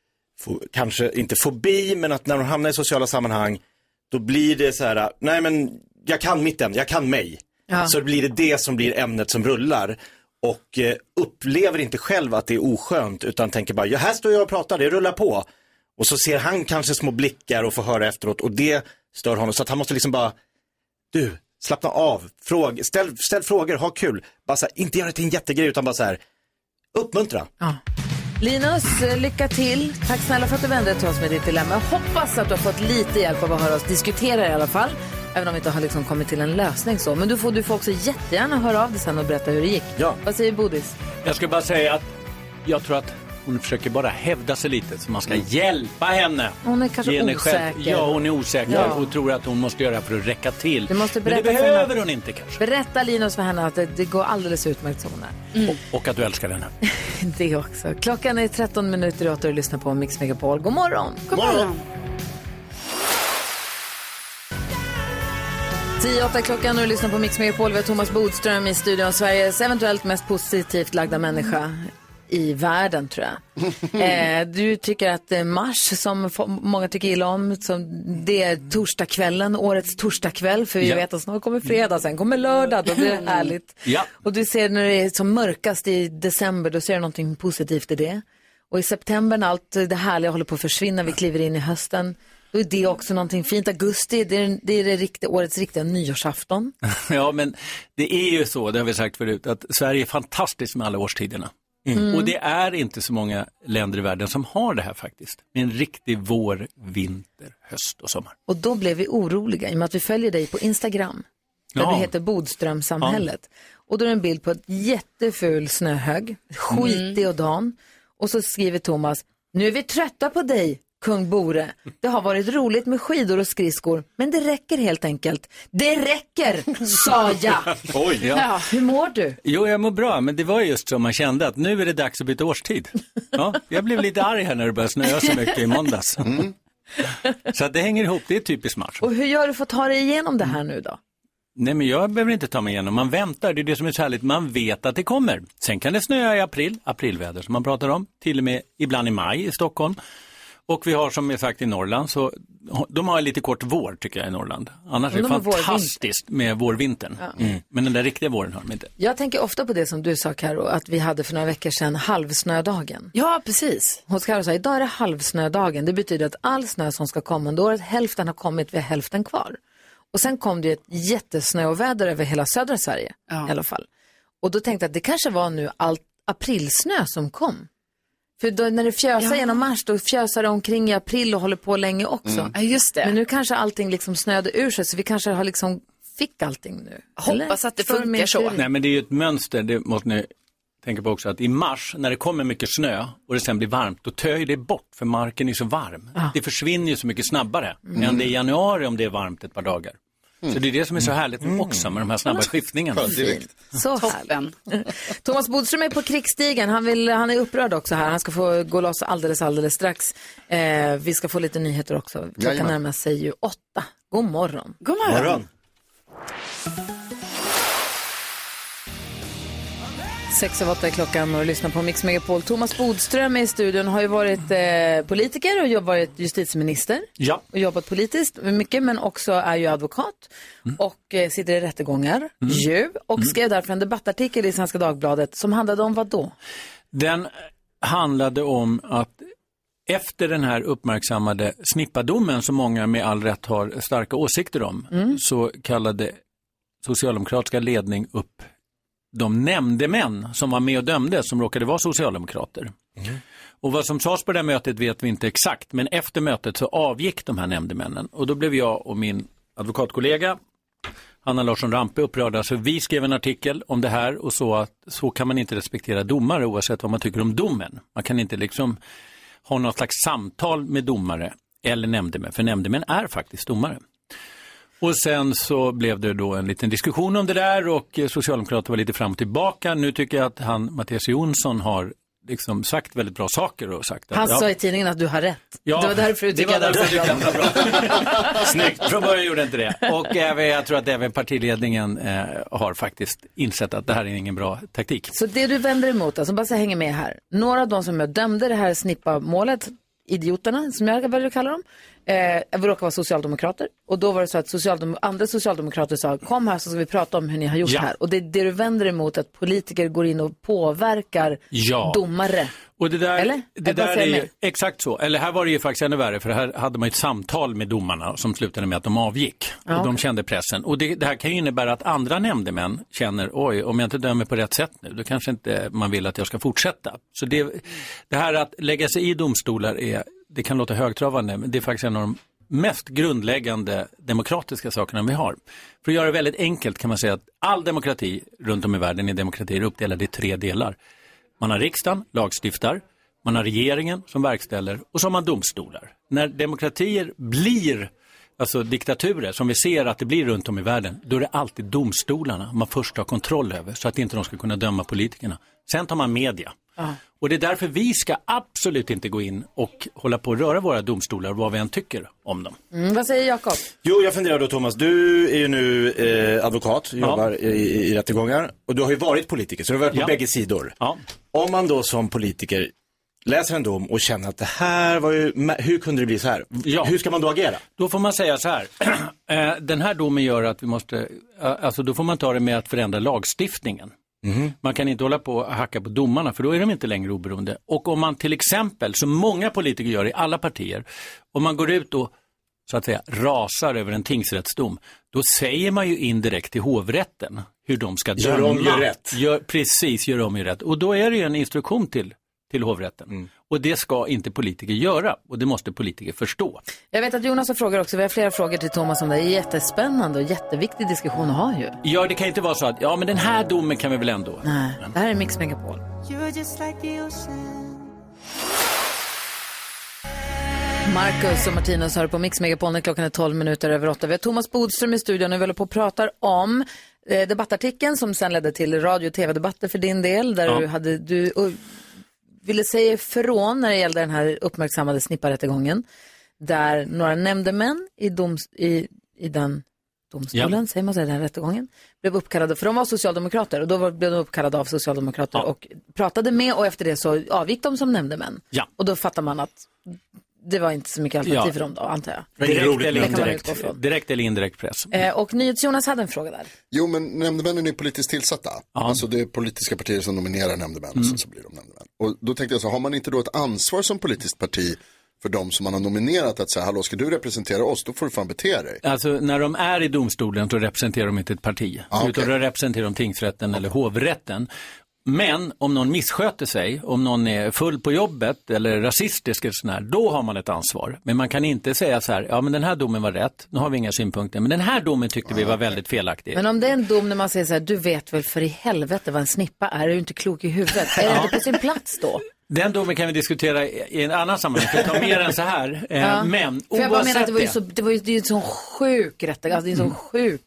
kanske inte fobi, men att när hon hamnar i sociala sammanhang då blir det så här, nej men jag kan mitten, jag kan mig. Ja. Så blir det det som blir ämnet som rullar. Och eh, upplever inte själv att det är oskönt, utan tänker bara, ja här står jag och pratar, det rullar på. Och så ser han kanske små blickar och får höra efteråt, och det stör honom. Så att han måste liksom bara, du, slappna av, fråga, ställ, ställ frågor, ha kul. Bara så här, inte göra det till en jättegrej, utan bara så här, uppmuntra. Ja. Linus, lycka till. Tack snälla för att du vände dig till oss med ditt dilemma. Jag hoppas att du har fått lite hjälp av att höra oss diskutera i alla fall. Även om vi inte har liksom kommit till en lösning så. Men du får, du får också jättegärna höra av dig sen och berätta hur det gick. Ja. Vad säger Bodis? Jag ska bara säga att jag tror att hon försöker bara hävda sig lite så man ska hjälpa henne. Hon är kanske Ge osäker. Själv. Ja, hon är osäker Ja. och tror att hon måste göra för att räcka till. Du måste Men det berätta för behöver henne. hon inte kanske. Berätta Linus för henne att det, det går alldeles utmärkt så hon är. Mm. Och, och att du älskar henne. Det också. Klockan är tretton minuter och åtta och du lyssnar på Mix Megapol. God morgon. God morgon. tio åtta klockan och du lyssnar på Mix Megapol. Vi har Thomas Bodström i studion. Sveriges eventuellt mest positivt lagda människa i världen, tror jag. eh, du tycker att eh, mars, som få- många tycker illa om, som det är torsdagskvällen, årets torsdagkväll, för vi Ja. vet att snart kommer fredag, sen kommer lördag, då blir det härligt. Ja. Och du ser när det är som mörkast i december, då ser du någonting positivt i det. Och i september när allt det härliga håller på att försvinna, vi kliver in i hösten, då är det också någonting fint. Augusti, det är det, är det riktiga, årets riktiga nyårsafton. Ja, men det är ju så, det har vi sagt förut, att Sverige är fantastiskt med alla årstiderna. Mm. Och det är inte så många länder i världen som har det här faktiskt. Med en riktig vår, vinter, höst och sommar. Och då blev vi oroliga i och med att vi följer dig på Instagram. Där Ja. du heter Bodströmsamhället. Och då är det en bild på ett jätteful snöhög, skitig och dan. Och så skriver Thomas, nu är vi trötta på dig, kung Bore. Det har varit roligt med skidor och skridskor, men det räcker helt enkelt. Det räcker, sa jag. Oj, ja. Hur mår du? Jo, jag mår bra, men det var just som man kände att nu är det dags att byta årstid. Ja, jag blev lite arg här när det började snöa så mycket i måndags. Mm. Så att det hänger ihop, det är typiskt mars. Och hur gör du för att ta dig igenom det här nu då? Nej, men jag behöver inte ta mig igenom. Man väntar, det är det som är så härligt. Man vet att det kommer. Sen kan det snöa i april, aprilväder som man pratar om. Till och med ibland i maj i Stockholm. Och vi har som jag sagt i Norrland, så de har lite kort vår tycker jag i Norrland. Annars Men är det de har fantastiskt med vårvintern. Ja. Mm. Men den där riktiga våren har de inte. Jag tänker ofta på det som du sa, Karo, att vi hade för några veckor sedan halvsnödagen. Ja, precis. Hos Karo sa, idag är det halvsnödagen. Det betyder att all snö som ska komma under året, hälften har kommit, vi har hälften kvar. Och sen kom det ett jättesnöväder över hela södra Sverige Ja. i alla fall. Och då tänkte jag att det kanske var nu all aprilsnö som kom. För då, när det fjösar Ja. genom mars, då fjösar det omkring i april och håller på länge också. Mm. Ja, just det. Men nu kanske allting liksom snöade ur sig, så vi kanske har liksom fick allting nu. Hoppas att det För funkar min så. teori. Nej, men det är ju ett mönster, det måste ni tänka på också, att i mars när det kommer mycket snö och det sen blir varmt, då töjer det bort för marken är så varm. Ah. Det försvinner ju så mycket snabbare än det är i januari om det är varmt ett par dagar. Så det är det som är så härligt också med de här snabba skiftningarna. Så härligt. Thomas Bodström är på krigsstigen. Han, vill, han är upprörd också här. Han ska få gå loss alldeles, alldeles strax. Eh, vi ska få lite nyheter också. Klockan Jajamän. närmar sig ju åtta. God morgon. God morgon. Morgon. Sex av åtta är klockan och du lyssnar på Mix Megapol. Thomas Bodström är i studion, har ju varit eh, politiker och jobb- varit justitieminister. Ja. Och jobbat politiskt mycket, men också är ju advokat. Och eh, sitter i rättegångar ju. Och skrev därför en debattartikel i Svenska Dagbladet som handlade om vad då? Den handlade om att efter den här uppmärksammade snippadomen som många med all rätt har starka åsikter om, så kallade socialdemokratiska ledning upp de nämndemän som var med och dömde som råkade vara socialdemokrater. Mm. Och vad som sades på det här mötet vet vi inte exakt, men efter mötet så avgick de här nämndemännen. Och då blev jag och min advokatkollega Hanna Larsson Rampe upprörda, så vi skrev en artikel om det här och så att så kan man inte respektera domare oavsett vad man tycker om domen. Man kan inte liksom ha något slags samtal med domare eller nämndemän, för nämndemän är faktiskt domare. Och sen så blev det då en liten diskussion om det där och Socialdemokraterna var lite fram och tillbaka. Nu tycker jag att han, Mattias Jonsson, har liksom sagt väldigt bra saker och sagt att, Han ja, sa i tidningen att du har rätt. Ja, det var därför du det tycker var därför att jag det var tyckte att det var bra. Snyggt, från början gjorde inte det. Och även, jag tror att även partiledningen eh, har faktiskt insett att det här är ingen bra taktik. Så det du vänder emot, alltså bara så hänger med här. Några av de som jag dömde det här snippa-målet, idioterna som jag väljer att kalla dem, eh, råkar vara socialdemokrater. Och då var det så att socialdem- andra socialdemokrater sa, kom här så ska vi prata om hur ni har gjort Ja. här. Och det är det du vänder emot, att politiker går in och påverkar Ja. domare. Och det där, Eller? det Jag bara där är säger ju mig. exakt så. Eller här var det ju faktiskt ännu värre, för här hade man ett samtal med domarna som slutade med att de avgick. Ja, och de okej. kände pressen. Och det, det här kan ju innebära att andra nämndemän känner, oj, om jag inte dömer på rätt sätt nu, då kanske inte man vill att jag ska fortsätta. Så det, det här att lägga sig i domstolar är, det kan låta högtravande, men det är faktiskt en av de mest grundläggande demokratiska sakerna vi har. För att göra det väldigt enkelt kan man säga att all demokrati runt om i världen är demokratier uppdelade i tre delar. Man har riksdagen, lagstiftar. Man har regeringen som verkställer och så har man domstolar. När demokratier blir alltså diktaturer som vi ser att det blir runt om i världen, då är det alltid domstolarna man först har kontroll över så att inte de ska kunna döma politikerna. Sen tar man media. Ah. Och det är därför vi ska absolut inte gå in och hålla på att röra våra domstolar vad vi än tycker om dem. Mm, vad säger Jakob? Jo, jag funderar då, Thomas, du är ju nu eh, advokat, jobbar ja. i, i, i rättegångar och du har ju varit politiker så du har varit på ja. bägge sidor. Ja. Om man då som politiker läser en dom och känner att det här var ju, hur kunde det bli så här? Ja. Hur ska man då agera? Då får man säga så här, den här domen gör att vi måste, alltså då får man ta det med att förändra lagstiftningen. Mm. Man kan inte hålla på och hacka på domarna för då är de inte längre oberoende. Och om man till exempel, som många politiker gör i alla partier, om man går ut och så att säga rasar över en tingsrättsdom, då säger man ju indirekt till hovrätten hur de ska döma. Gör om ju rätt. Gör, precis, gör om ju rätt. Och då är det ju en instruktion till till hovrätten. Mm. Och det ska inte politiker göra. Och det måste politiker förstå. Jag vet att Jonas har frågor också. Vi har flera frågor till Thomas om det. Det är jättespännande och jätteviktig diskussion att ha ju. Ja, det kan inte vara så att ja, men den här domen kan vi väl ändå. Nej, det här är Mix Megapol. Marcus och Martinus hör på Mix Megapol när klockan är tolv minuter över åtta. Vi har Thomas Bodström i studion och vi håller på och pratar om eh, debattartikeln som sen ledde till radio- och tv-debatter för din del. Där ja. du, hade, du uh, ville säga ifrån när det gällde den här uppmärksammade snipparrättegången. Där några nämndemän i, doms, i, i den domstolen, ja. säger man så, den här rättegången, blev uppkallade, för de var socialdemokrater och då var, blev de uppkallade av socialdemokrater ja. och pratade med och efter det så avgick de som nämndemän. Ja. Och då fattar man att det var inte så mycket alternativ ja. för dem då, antar jag. Direkt eller indirekt, direkt eller indirekt press. Eh, och NyhetsJonas hade en fråga där. Jo, men nämndemännen är politiskt tillsatta. Ja. Alltså det är politiska partier som nominerar nämndemän och mm. så blir de nämndemän. Och då tänkte jag så, har man inte då ett ansvar som politiskt parti för de som man har nominerat att säga, hallå, ska du representera oss? Då får du fan bete dig. Alltså när de är i domstolen så representerar de inte ett parti. Ah, okay. Utan då representerar de tingsrätten okay. eller hovrätten. Men om någon missköter sig, om någon är full på jobbet eller rasistisk eller sån här, då har man ett ansvar. Men man kan inte säga så här, ja men den här domen var rätt, nu har vi inga synpunkter, men den här domen tyckte vi var väldigt felaktig. Men om det är en dom när man säger så här, du vet väl för i helvete vad en snippa är, är du inte klok i huvudet? Är det inte på sin plats då? Den domen kan vi diskutera i en annan sammanhang, för att ta mer än så här. Ja. Men för jag bara menar att det var ju så, det var ju, det är ju en sån sjuk rätt, alltså det är en sån mm. sjuk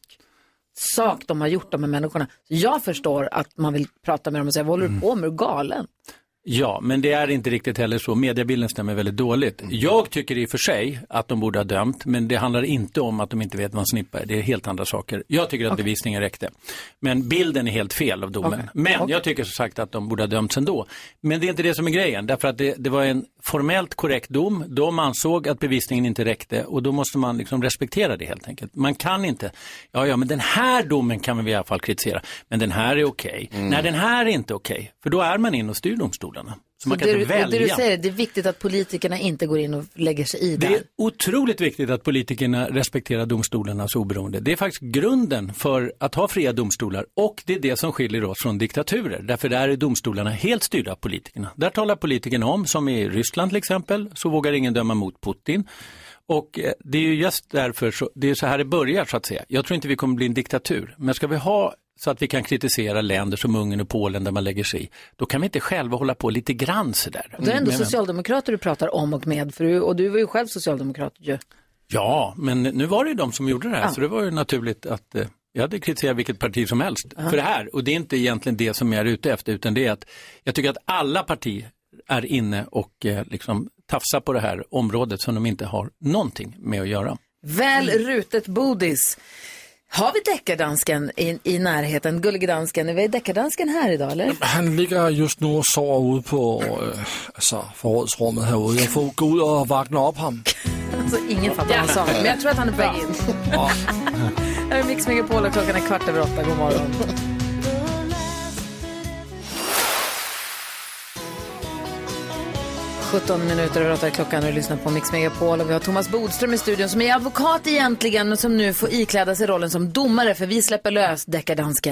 sak de har gjort, de med människorna. Så jag förstår att man vill prata med dem och säga, vad håller du på med, är du galen? Ja, men det är inte riktigt heller så. Mediebilden stämmer väldigt dåligt. Jag tycker i och för sig att de borde ha dömt, men det handlar inte om att de inte vet vad en snippa är. Det är helt andra saker. Jag tycker att okay. bevisningen räckte. Men bilden är helt fel av domen. Okay. Men okay. jag tycker som sagt att de borde ha dömts ändå. Men det är inte det som är grejen. Därför att det, det var en formellt korrekt dom. De ansåg att bevisningen inte räckte och då måste man liksom respektera det helt enkelt. Man kan inte, ja ja men den här domen kan vi i alla fall kritisera. Men den här är okej. Okay. Mm. Nej, den här är inte okej. Okay. För då är man in och styr domstolen. Så, så man kan det, inte välja. Det du säger, det är viktigt att politikerna inte går in och lägger sig i det. Det är otroligt viktigt att politikerna respekterar domstolarnas oberoende. Det är faktiskt grunden för att ha fria domstolar och det är det som skiljer oss från diktaturer. Därför där är domstolarna helt styrda av politikerna. Där talar politikerna om, som i Ryssland till exempel, så vågar ingen döma mot Putin. Och det är ju just därför, så, det är så här det börjar så att säga. Jag tror inte vi kommer bli en diktatur, men ska vi ha så att vi kan kritisera länder som Ungern och Polen där man lägger sig i, då kan vi inte själva hålla på lite grann så där. Det är ändå men, socialdemokrater du pratar om och med, för du, och du var ju själv socialdemokrat ju. Ja, men nu var det ju de som gjorde det här, ja. Så det var ju naturligt att eh, jag hade kritiserat vilket parti som helst ja. för det här. Och det är inte egentligen det som jag är ute efter, utan det är att jag tycker att alla partier är inne och eh, liksom tafsar på det här området som de inte har någonting med att göra. Väl rutet bodis. Har vi deckardansken i, i närheten? Gullige dansken, är vi deckardansken här idag eller? Han ligger just nu och sover ute på äh, alltså, förrådsrummet här ute. Jag får gå ut och vakna upp ham. Alltså ingen fattar vad han sa, men jag tror att han är på väg in. Ja. Här är Mix Megapol och klockan är kvart över åtta. God morgon. sjutton minuter och åtta klockan och lyssnar på Mix Megapol och vi har Thomas Bodström i studion som är advokat egentligen och som nu får ikläda sig rollen som domare för vi släpper lös deckardansken.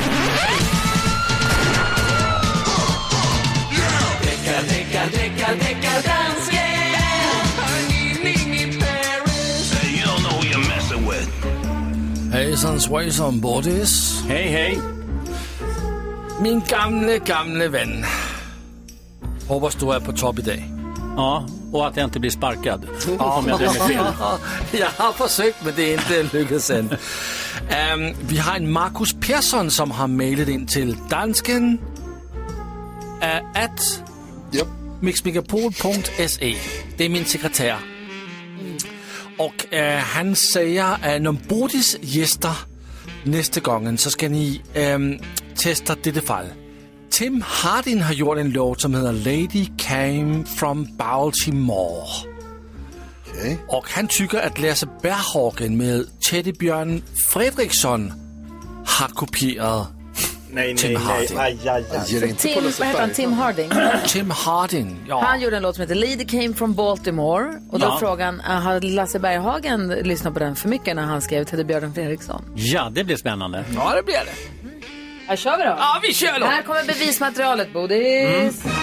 Hejsan svejsan bodis. Hej hej. Min gamle gamle vän. Hoppas du är på topp idag. Ja, och att jag inte blir sparkad. Ja. Om jag dömer fel. Jag har försökt, men det är inte lyckats än. Um, vi har en Marcus Persson som har mejlat in till dansken uh, at yep. mixmegapol punkt se. Det är min sekretär. Och uh, han säger att när Bodis gäster nästa gången så ska ni um, testa detta fall. Tim Hardin har gjort en låt som heter Lady Came from Baltimore. Okay. Och han tycker att Lasse Berghagen med Teddybjörn Fredriksson har kopierat nej, Tim nej, Hardin. Nej, aj, aj, aj. Tim, vad heter han? Tim Harding? Tim Hardin, ja. Han gjorde en låt som heter Lady Came from Baltimore. Och då Ja. frågan, har Lasse Berghagen lyssnat på den för mycket när han skrev Teddybjörn Fredriksson? Ja, det blir spännande. Ja, det blir det. Här kör vi då. Ja, vi kör då. Här kommer bevismaterialet, Bodis. Mm.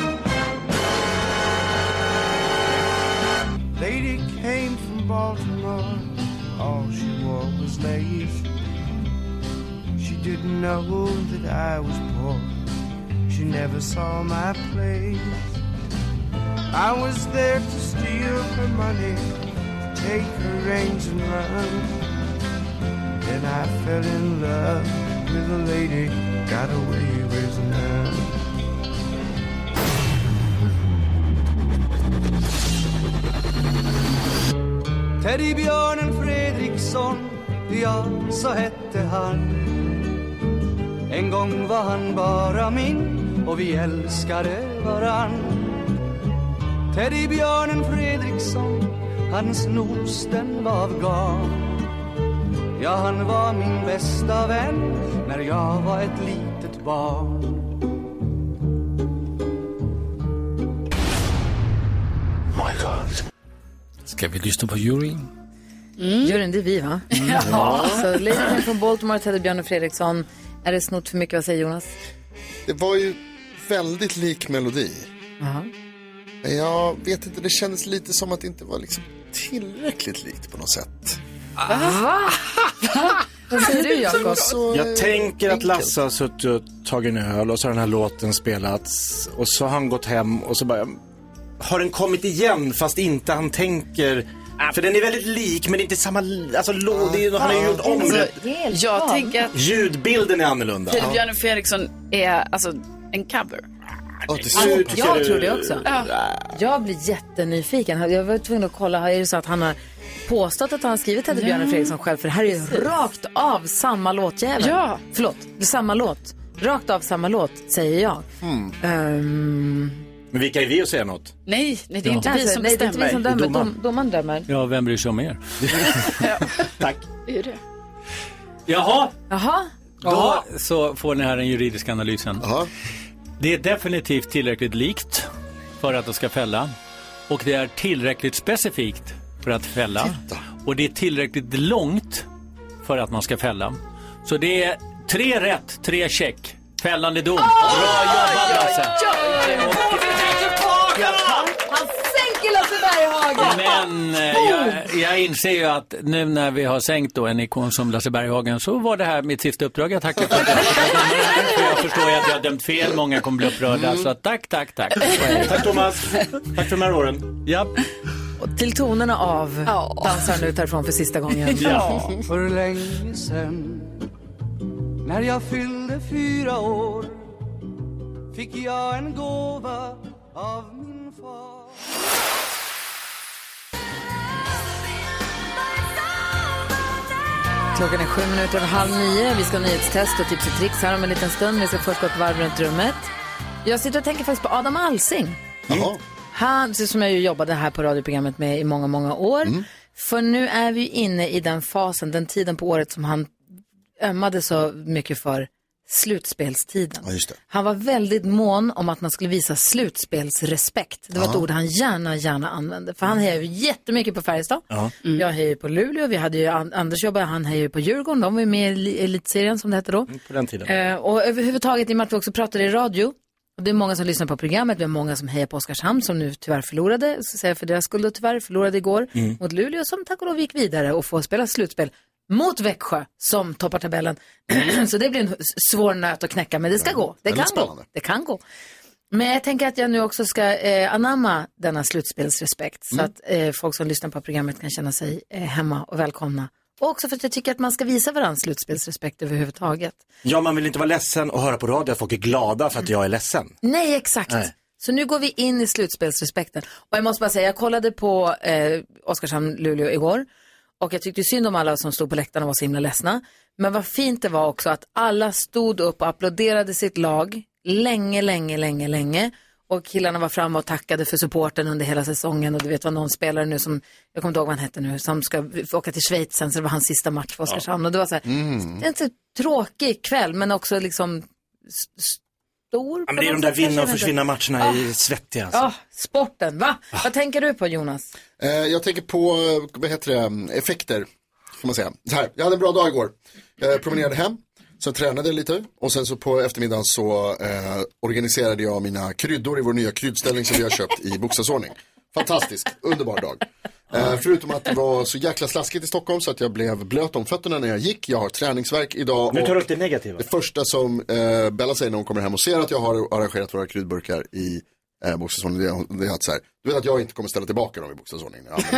Lady came from Baltimore, all she wore was lace. She didn't know that I was poor, she never saw my place. I was there to steal her money, take her reins and run. Then I fell in love with a lady, got away with none. Teddybjörnen Fredriksson, ja så hette han. En gång var han bara min och vi älskade varann. Teddybjörnen Fredriksson, hans nos den var av garn. Ja, han var min bästa vän när jag var ett litet barn. My God. Ska vi lyssna på juryn? Mm. Juryn, det är vi, va? Mm. Ja. Så Lady Came from Baltimore, Teddybjörn och Fredriksson. Är det snott för mycket? Vad säger Jonas? Det var ju väldigt lik melodi. Aha. Men jag vet inte, det kändes lite som att det inte var liksom tillräckligt likt på något sätt. Va? Va? Vad säger du, Jakob? Jag tänker att Lasse har suttit och tagit en öl och så har den här låten spelats och så har han gått hem och så bara har den kommit igen fast inte han tänker. För den är väldigt lik men inte samma, alltså låt, det är, han har ju gjort om det. Jag tänker att ljudbilden är annorlunda. Teddybjörn Fredriksson är alltså en cover. Oh, jag, jag tror det också. Ja. Jag blir jättenyfiken. Jag var tvungen att kolla, är det så att han har påstått att han har skrivit Teddybjörn ja. Fredriksson själv? För det här är ju rakt av samma låtjävel. Ja. Förlåt, det är samma låt. Rakt av samma låt, säger jag. Mm. Um... Men vilka är vi att säga något? Nej, nej det är ja. inte vi som nej, bestämmer. Det är inte vi som dömer, Dom, domaren dömer. Ja, vem bryr sig om er? Ja. Tack. Det är det. Jaha. Jaha. Då Jaha. Så får ni här den juridiska analysen. Jaha. Det är definitivt tillräckligt likt för att det ska fälla. Och det är tillräckligt specifikt för att fälla. Titta. Och det är tillräckligt långt för att man ska fälla. Så det är tre rätt, tre check. Fällande dom. Oh! Bra jobbat, Lasse. Han sänker Lasse Berghagen. Men eh, jag, jag inser ju att nu när vi har sänkt då en ikon som Lasse Berghagen så var det här mitt sista uppdrag. Jag tackar för det. För jag förstår ju att jag har dömt fel. Många kommer bli upprörda. Mm. Så tack, tack, tack. Tack Thomas. Tack för de här åren. Ja. Och till tonerna av ja. dansar nu härifrån för sista gången. Ja. För länge sedan när jag fyllde fyra år fick jag en gåva av min far. Klockan är sju minuter över halv nio. Vi ska ha nyhetstest och tips och tricks här om en liten stund. Vi ska först gå ett varv runt rummet. Jag sitter och tänker faktiskt på Adam Alsing. Jaha. Han, som jag ju jobbade här på radioprogrammet med i många, många år. Mm. För nu är vi inne i den fasen, den tiden på året som han ömmade så mycket för, slutspelstiden. Ja, just det. Han var väldigt mån om att man skulle visa slutspelsrespekt. Det var ja. ett ord han gärna, gärna använde. För han hejar ju jättemycket på Färjestad. Ja. Mm. Jag hejar på Luleå. Vi hade ju Anders jobbade, han hejar ju på Djurgården. De var ju med i elitserien som det hette då. Mm, på den tiden. Eh, och överhuvudtaget, i och med att vi också pratade i radio. Och det är många som lyssnar på programmet. Vi har många som hejar på Oskarshamn som nu tyvärr förlorade. Så säger jag för deras skull och tyvärr förlorade igår mm. mot Luleå som tack och lov gick vidare och får spela slutspel mot Växjö som toppar tabellen. Så det blir en svår nöt att knäcka, men det ska ja, gå. Det kan gå. Det kan gå. Men jag tänker att jag nu också ska eh, anamma denna slutspelsrespekt. Mm. Så att eh, folk som lyssnar på programmet kan känna sig eh, hemma och välkomna. Och också för att jag tycker att man ska visa varandra slutspelsrespekt överhuvudtaget. Ja, man vill inte vara ledsen och höra på radio att folk är glada för att jag är ledsen. Nej, exakt. Nej. Så nu går vi in i slutspelsrespekten. Och jag måste bara säga, jag kollade på eh, Oskarshamn-Luleå igår. Och jag tyckte synd om alla som stod på läktaren och var så himla ledsna. Men vad fint det var också att alla stod upp och applåderade sitt lag länge, länge, länge, länge. Och killarna var framme och tackade för supporten under hela säsongen. Och du vet vad någon spelare nu som, jag kommer inte ihåg vad han hette nu, som ska åka till Schweiz sen, så det var hans sista match för Oskarshamn. Ja. Och det var så här, mm. det är en så tråkig kväll, men också liksom stor. Ja, men det är de där vinna och försvinna matcherna ah. i svettiga. Alltså. Ja, sporten, va? Ah. Vad tänker du på, Jonas? Eh, jag tänker på, vad heter det, effekter, kan man säga. Så här, jag hade en bra dag igår. Jag promenerade hem. Sen tränade jag lite och sen så på eftermiddagen så eh, organiserade jag mina kryddor i vår nya kryddställning som vi har köpt i bokstavsordning. Fantastisk, underbar dag. Eh, förutom att det var så jäkla slaskigt i Stockholm så att jag blev blöt om fötterna när jag gick. Jag har träningsverk idag. Nu tar du upp det negativa. Det första som eh, Bella säger när hon kommer hem och ser att jag har arrangerat våra kryddburkar i eh, bokstavsordning, det, det är att så här, du vet att jag inte kommer ställa tillbaka dem i bokstavsordning.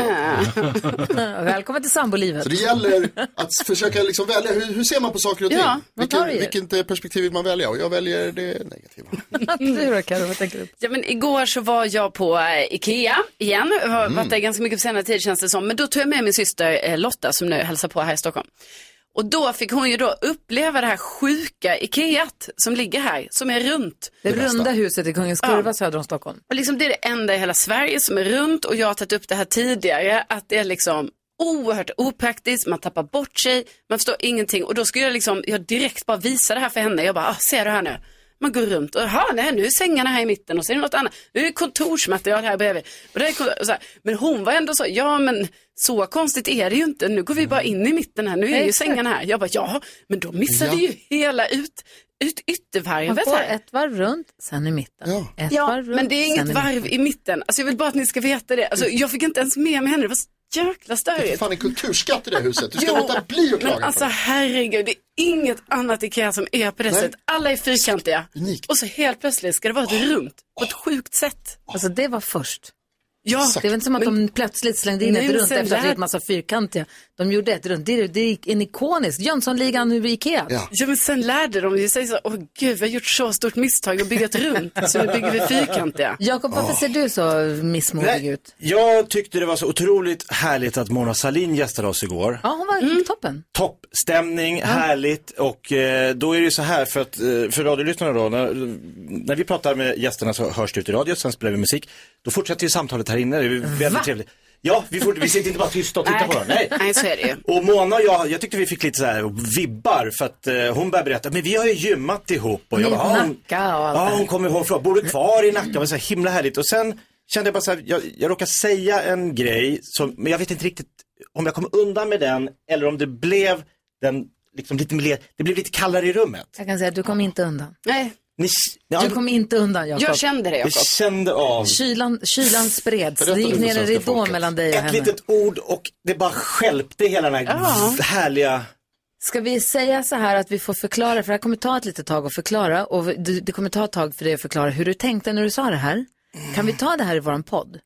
Välkommen till sambolivet. Så det gäller att försöka liksom välja, hur, hur ser man på saker och ting? Ja, Vilken, vilket perspektiv vill man välja? Och jag väljer det negativa. Du då, Karo, vad tänker du? Ja, men igår så var jag på eh, Ikea igen. Jag har varit där ganska mycket på senare tid, känns det som. Men då tog jag med min syster eh, Lotta som nu hälsar på här i Stockholm. Och då fick hon ju då uppleva det här sjuka Ikeat som ligger här, som är runt. Det, det runda huset i Kungens Kurva, ja. Söder om Stockholm. Och liksom det är det enda i hela Sverige som är runt. Och jag har tagit upp det här tidigare, att det är liksom oerhört opraktiskt. Man tappar bort sig, man förstår ingenting. Och då skulle jag liksom, jag direkt bara visa det här för henne. Jag bara, ah, ser du här nu? Man går runt och, jaha, nej, nu är sängarna här i mitten och så är det något annat. Nu är det kontorsmaterial här bredvid. Och det är, och så här. Men hon var ändå så, ja men så konstigt är det ju inte. Nu går vi bara in i mitten här, nu är ju sängarna här. Jag bara, ja, men då missar vi ja. ju hela ut, ut yttervarvet här. Man får ett varv runt, sen i mitten. Ja, ett ja varv runt, men det är inget varv i mitten. Alltså jag vill bara att ni ska veta det. Alltså jag fick inte ens med mig henne, det var jäkla störigt. Det är fan en kulturskatt i det huset. Du ska jo, låta bli att klaga. Men alltså herregud, det är inget annat Ikea som är på det Nej. sättet. Alla är fyrkantiga. Unikt. Och så helt plötsligt ska det vara ett oh. runt på ett sjukt sätt. Alltså det var först. Ja, det är väl inte som att men, de plötsligt slängde in nej, ett runt efter att det var ett massa fyrkantiga. De gjorde ett runt. Det är, det är en ikonisk Jönssonligan ur Ikea. Ja. ja, men sen lärde de ju sig så, åh gud, vi har gjort så stort misstag och bygga ett runt. Så nu bygger vi fyrkantiga. Jakob, varför oh. ser du så missmodig nej, ut? Jag tyckte det var så otroligt härligt att Mona Sahlin gästade oss igår. Ja, hon var mm. toppen. Toppstämning, ja. härligt. Och eh, då är det ju så här, för, att, för radiolyssnarna då, när, när vi pratar med gästerna så hörs det ut i radio, sen spelar vi musik. Då fortsätter ju samtalet här inne, det är väldigt Va? trevligt. Ja, vi, får, vi sitter inte bara tysta och titta på dem. Nej. Nej, så är det ju. Och Mona och jag, jag tyckte vi fick lite så här vibbar för att eh, hon började berätta, men vi har ju gymmat ihop. Och jag bara, ah, hon, ja, hon kommer ihåg från, bor du kvar i Nacka? Det var så här himla härligt. Och sen kände jag bara så här, jag, jag råkade säga en grej, som, men jag vet inte riktigt om jag kom undan med den eller om det blev den, liksom lite mer, det blev lite kallare i rummet. Jag kan säga att du kom inte undan. Nej. Ni, ja, du kom inte undan, Jakob. Jag kände det, Jakob. Jag kände av. Kylan, kylan spreds. Det gick ner en ridå mellan dig och Ett henne. Ett litet ord och det bara skälpte hela den här ja. härliga... Ska vi säga så här att vi får förklara, för det kommer ta ett litet tag att förklara. Och det, det kommer ta ett tag för dig att förklara hur du tänkte när du sa det här. Mm. Kan vi ta det här i våran podd?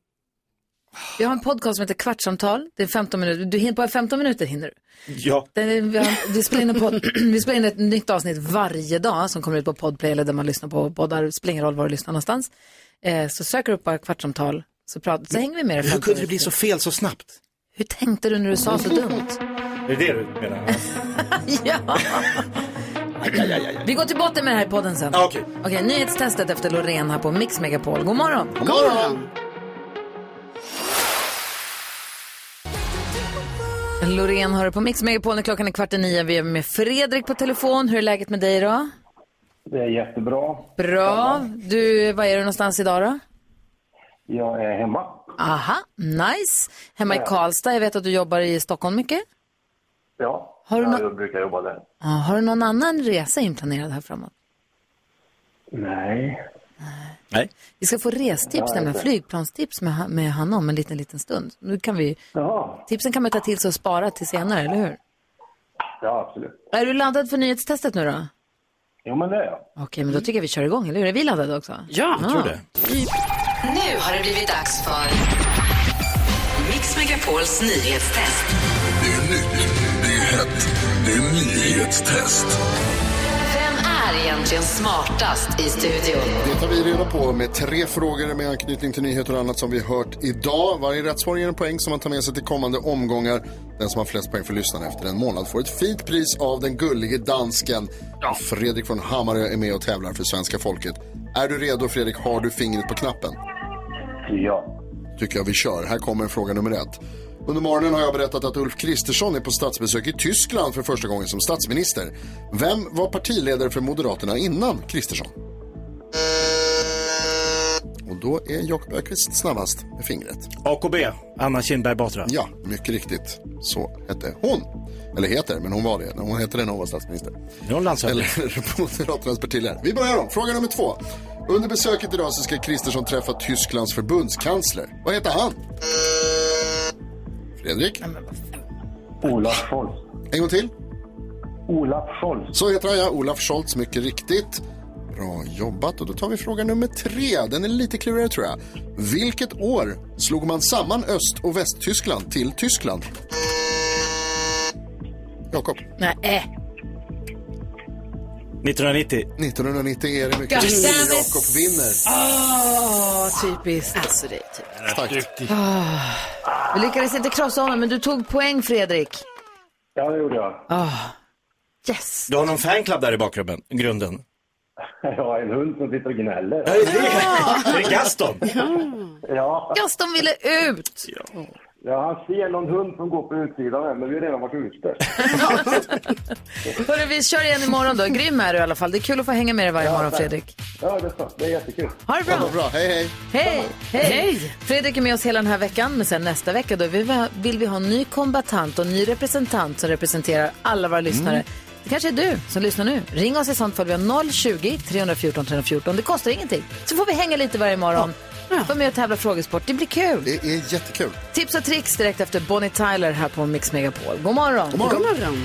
Vi har en podcast som heter Kvartsamtal. Det är femton minuter. Du hinner på femton minuter hinner du. Ja. Den, vi, har, vi, spelar in en podd, vi spelar in ett nytt avsnitt varje dag som kommer ut på Podplay eller där man lyssnar på poddar. Det spelar ingen roll var du lyssnar någonstans. Eh, så söker du upp bara Kvartsamtal så, pratar, så hänger vi med dig. Hur kunde det bli så fel så snabbt? Hur tänkte du när du sa så dumt? Det är det du menar? Ja. Vi går till botten med det här i podden sen. Ah, Okej, okay. okay, nyhetstestet efter Loreen här på Mix Megapol. God morgon. God morgon. Loreen har det på Mix Megapol när klockan är kvart i nio. Vi är med Fredrik på telefon. Hur är läget med dig då? Det är jättebra. Bra. Du, var är du någonstans idag då? Jag är hemma. Aha, nice. Hemma ja. i Karlstad. Jag vet att du jobbar i Stockholm mycket. Ja, har du ja no- jag brukar jobba där. Ah, har du någon annan resa inplanerad här framåt? Nej. Nej. Vi ska få restips, nämligen flygplanstips med, med Hanna om en liten, liten stund. Nu kan vi... Ja. Tipsen kan man ta till sig och spara till senare, eller hur? Ja, absolut. Är du laddad för nyhetstestet nu då? Jo, men det är jag. Okej, men då tycker jag vi kör igång, eller hur? Är vi laddade också? Ja, jag tror det. Nu har det blivit dags för Mix Megapols nyhetstest. Det är nytt, det är hett, det är nyhetstest. Vem är egentligen smartast i studion? Det tar vi reda på med tre frågor med anknytning till nyheter och annat som vi hört idag. Varje rätt svar ger en poäng som man tar med sig till kommande omgångar. Den som har flest poäng för lyssnarna efter en månad får ett fint pris av den gullige dansken. Ja. Fredrik från Hammarö är med och tävlar för svenska folket. Är du redo, Fredrik? Har du fingret på knappen? Ja. Tycker jag vi kör. Här kommer fråga nummer ett. Under morgonen har jag berättat att Ulf Kristersson är på statsbesök i Tyskland för första gången som statsminister. Vem var partiledare för Moderaterna innan Kristersson? Och då är Jakob Öqvist snabbast med fingret. A K B, Anna Kinberg Batra. Ja, mycket riktigt. Så hette hon. Eller heter, men hon var det. Hon hette det när hon var statsminister. Hon landshövding. Eller Moderaternas partiledare. Vi börjar om. Fråga nummer två. Under besöket idag så ska Kristersson träffa Tysklands förbundskansler. Vad heter han? Fredrik? Olaf Scholz. En gång till. Olaf Scholz. Så heter han, ja. Olaf Scholz, mycket riktigt. Bra jobbat. Och då tar vi fråga nummer tre. Den är lite klurigare, tror jag. Vilket år slog man samman Öst- och Västtyskland till Tyskland? Jakob? Nej, äh. nittonhundranittio. nittonhundranittio är det mycket. Jakob vinner. Åh, oh, typiskt. Alltså det är typiskt. Starkt. Oh. Vi lyckades inte krossa honom, men du tog poäng, Fredrik. Ja, det gjorde jag. Oh. Yes. Du har någon fanclub där i bakgrunden? Grunden. Ja, en hund som sitter och gnäller. Ja, det är, det är Gaston. Ja. Gaston ville ut. Ja. Ja, han ser någon hund som går på utsidan här, men vi har redan varit ute. Hörru, vi kör igen imorgon då. Grym är du i alla fall. Det är kul att få hänga med dig varje ja, morgon, tack. Fredrik. Ja, det är så. Det är jättekul. Ha det bra. Ja, bra. Hej, hej. Hej, hej. Hej. Fredrik är med oss hela den här veckan, men sen nästa vecka då vill vi ha en ny kombatant och en ny representant som representerar alla våra lyssnare. Mm. Det kanske är du som lyssnar nu. Ring oss i sånt fall. Vi har noll tjugo, tre fjorton, tre fjorton. Det kostar ingenting. Så får vi hänga lite varje morgon. Ja. Få med och tävla frågesport. Det blir kul. Det är jättekul. Tips och tricks direkt efter Bonnie Tyler här på Mix Megapol. God morgon. God morgon. God morgon.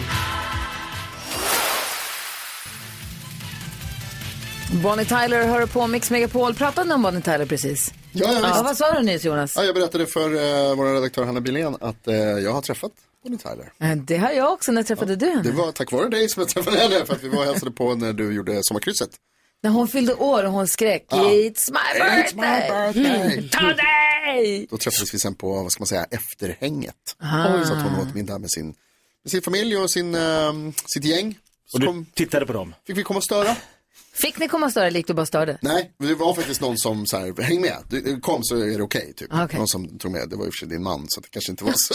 Bonnie Tyler hör på Mix Megapol. Pratade om Bonnie Tyler precis? Ja, ja, ja, vad sa du nyss, Jonas? Ja, jag berättade för uh, vår redaktör Hanna Billén att uh, jag har träffat Bonnie Tyler. Det har jag också. När träffade ja, du henne? Det var tack vare dig som jag träffade henne. För att vi var och hälsade på när du gjorde sommarkrysset. När hon fyllde år och hon skrek ja. It's my birthday! It's my birthday! Mm. Ta dig! Då träffades vi sen på, vad ska man säga, efterhänget. Ah. Så att hon åt middag med sin, med sin familj och sin, uh, sitt gäng. Så och du kom, tittade på dem? Fick vi komma och störa? Fick ni komma och störa, likt du bara störde? Nej, det var faktiskt någon som så här, häng med, du, kom så är det okej, okay, typ. Okay. Någon som tog med, det var ju för sig din man, så det kanske inte var så.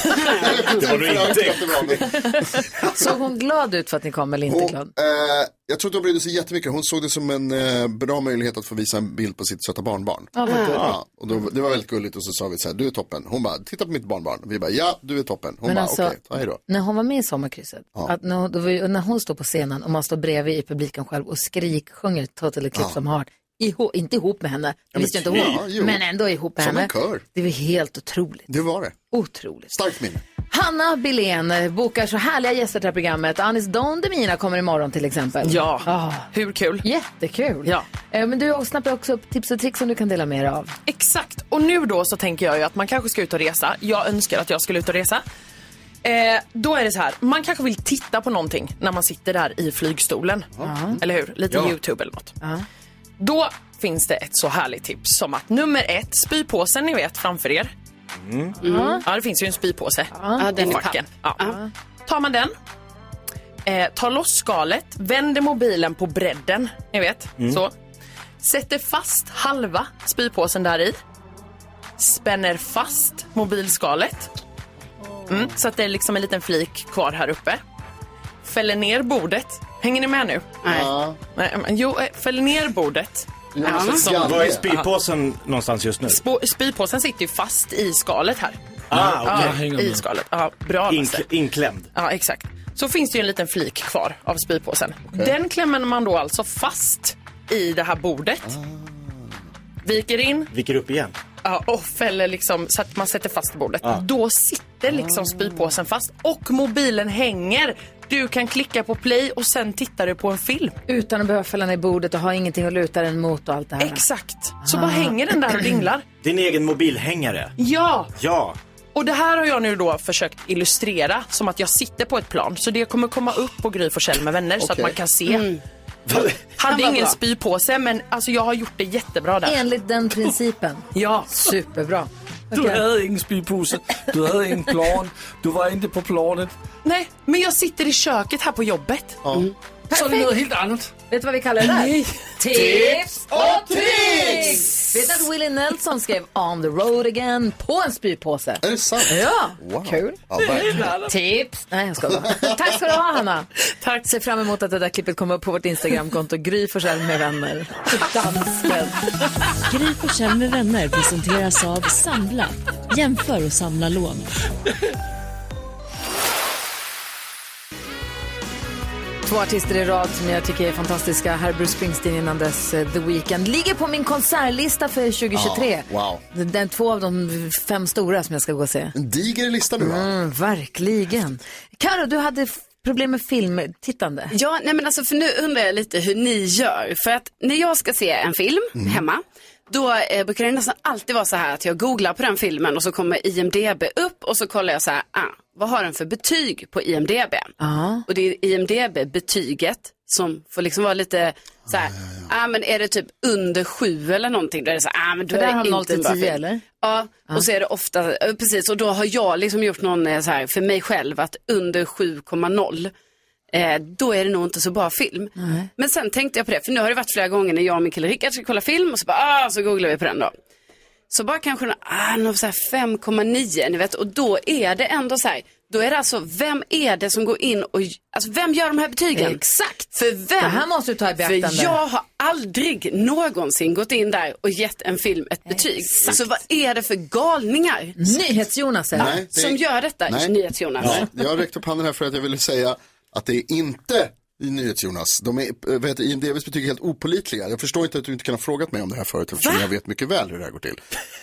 Det var nog inte. Såg hon glad ut för att ni kom eller inte hon, glad? Eh, jag tror att hon brydde sig jättemycket. Hon såg det som en eh, bra möjlighet att få visa en bild på sitt söta barnbarn. Ah, ja, och då, det var väldigt gulligt och så sa vi så här, du är toppen. Hon bara, titta på mitt barnbarn. Vi bara, ja, du är toppen. Hon Men bara, alltså, okej, okay, hej då. När hon var med i sommarkrysset, ja. att när, hon, var, när hon står på scenen och man står bredvid i publiken själv och skrik, sjunger Total Eclipse ja. of Heart. Ihop, inte ihop med henne, det visste inte hon, ja, men ändå ihop med som henne. En kör. Det var helt otroligt. Det var det. Otroligt. Starkt minne. Hanna Billén bokar så härliga gäster till det här programmet. Anis Don Demina kommer imorgon till exempel. Ja, oh. hur kul? Jättekul. Ja. Men du har snabbt också tips och tricks som du kan dela med dig av. Exakt, och nu då så tänker jag ju att man kanske ska ut och resa. Jag önskar att jag skulle ut och resa. Eh, då är det så här, man kanske vill titta på någonting när man sitter där i flygstolen. Uh-huh. Eller hur? Lite ja. YouTube eller något. Uh-huh. Då finns det ett så härligt tips som att nummer ett, spypåsen ni vet framför er. Mm. Mm. Ja, det finns ju en spypåse ja, i facken. Ja. Ja. Tar man den, eh, tar loss skalet, vänder mobilen på bredden, ni vet, mm. så. Sätter fast halva spypåsen där i. Spänner fast mobilskalet. Mm, så att det är liksom en liten flik kvar här uppe. Fäller ner bordet. Hänger ni med nu? Nej. Nej men, jo, fäller ner bordet. Ja. Som, vad är spypåsen någonstans just nu? Sp- spypåsen sitter ju fast i skalet här. Ah, okay. Ja, i skalet. Ja, bra. Ink- inklämd. Ja, exakt. Så finns det ju en liten flik kvar av spypåsen. Okay. Den klämmer man då alltså fast i det här bordet. Ah. Viker in. Viker upp igen. Ja, och fäller liksom så att man sätter fast bordet. Ah. Då sitter liksom spypåsen fast och mobilen hänger Du kan klicka på play och sen tittar du på en film. Utan att behöva fälla ner bordet och ha ingenting att luta den mot och allt det här. Exakt. Så bara hänger den där och dinglar. Din egen mobilhängare. Ja. Ja. Och det här har jag nu då försökt illustrera som att jag sitter på ett plan. Så det kommer komma upp på Gry Forssell med vänner okay. så att man kan se. Mm. Hade ingen spypåse, men alltså jag har gjort det jättebra där. Enligt den principen. Ja. Superbra. Du okay. hade ingen spypåse, du hade ingen plan, du var inte på planet. Nej, men jag sitter i köket här på jobbet. Ja. Mm. Så är det något helt annat. Vet du vad vi kallar det där? Nej. Tips och tricks! Vet du att Willie Nelson skrev On the road again på en spypåse? Är det sant? Ja, wow. Kul. Ja, Tips. Nej, jag ska bara. Tack ska du ha, Hanna. Tack. Ser fram emot att det där klippet kommer upp på vårt Instagramkonto. Gry Forssell med vänner. Dansken. Gry Forssell med vänner presenteras av Samla. Jämför och samla lån. Två artister i rad som jag tycker är fantastiska. Här Bruce Springsteen innan dess uh, The Weeknd. Ligger på min konsertlista för tjugo tjugotre. Oh, wow. Den två av de fem stora som jag ska gå och se. En diger lista nu va? Mm, verkligen. Karo, du hade f- problem med filmtittande. Ja, nej men alltså för nu undrar jag lite hur ni gör. För att när jag ska se en film mm. hemma, då eh, brukar det nästan alltid vara så här att jag googlar på den filmen och så kommer I M D B upp och så kollar jag så här, ah, vad har den för betyg på I M D B? Uh-huh. Och det är I M D B-betyget som får liksom vara lite så här, ah, men är det typ under sju eller någonting, då är det så här, ah, men då för är där det har noll till tio eller? Ja, uh-huh. Och så är det ofta, precis, och då har jag liksom gjort någon så här för mig själv att under sju komma noll Eh, då är det nog inte så bra film. Mm. Men sen tänkte jag på det, för nu har det varit flera gånger när jag och min kille Rickard ska kolla film och så bara, ah, så googlar vi på den då. Så bara kanske ah, någon så här fem komma nio, ni vet, och då är det ändå så här, då är det alltså, vem är det som går in och, alltså vem gör de här betygen? Exakt. För vem? Det här måste du ta i beaktande. För jag har aldrig någonsin gått in där och gett en film ett betyg. Exakt. Så vad är det för galningar? NyhetsJonas ja, Nej, det är... som gör detta, Nej. NyhetsJonas. Ja, jag har räckt upp handen här för att jag ville säga att det är inte i NyhetsJonas. De är, vet, I M D B:s betyg är helt opålitliga. Jag förstår inte att du inte kan ha frågat mig om det här förut, eftersom jag vet mycket väl hur det här går till.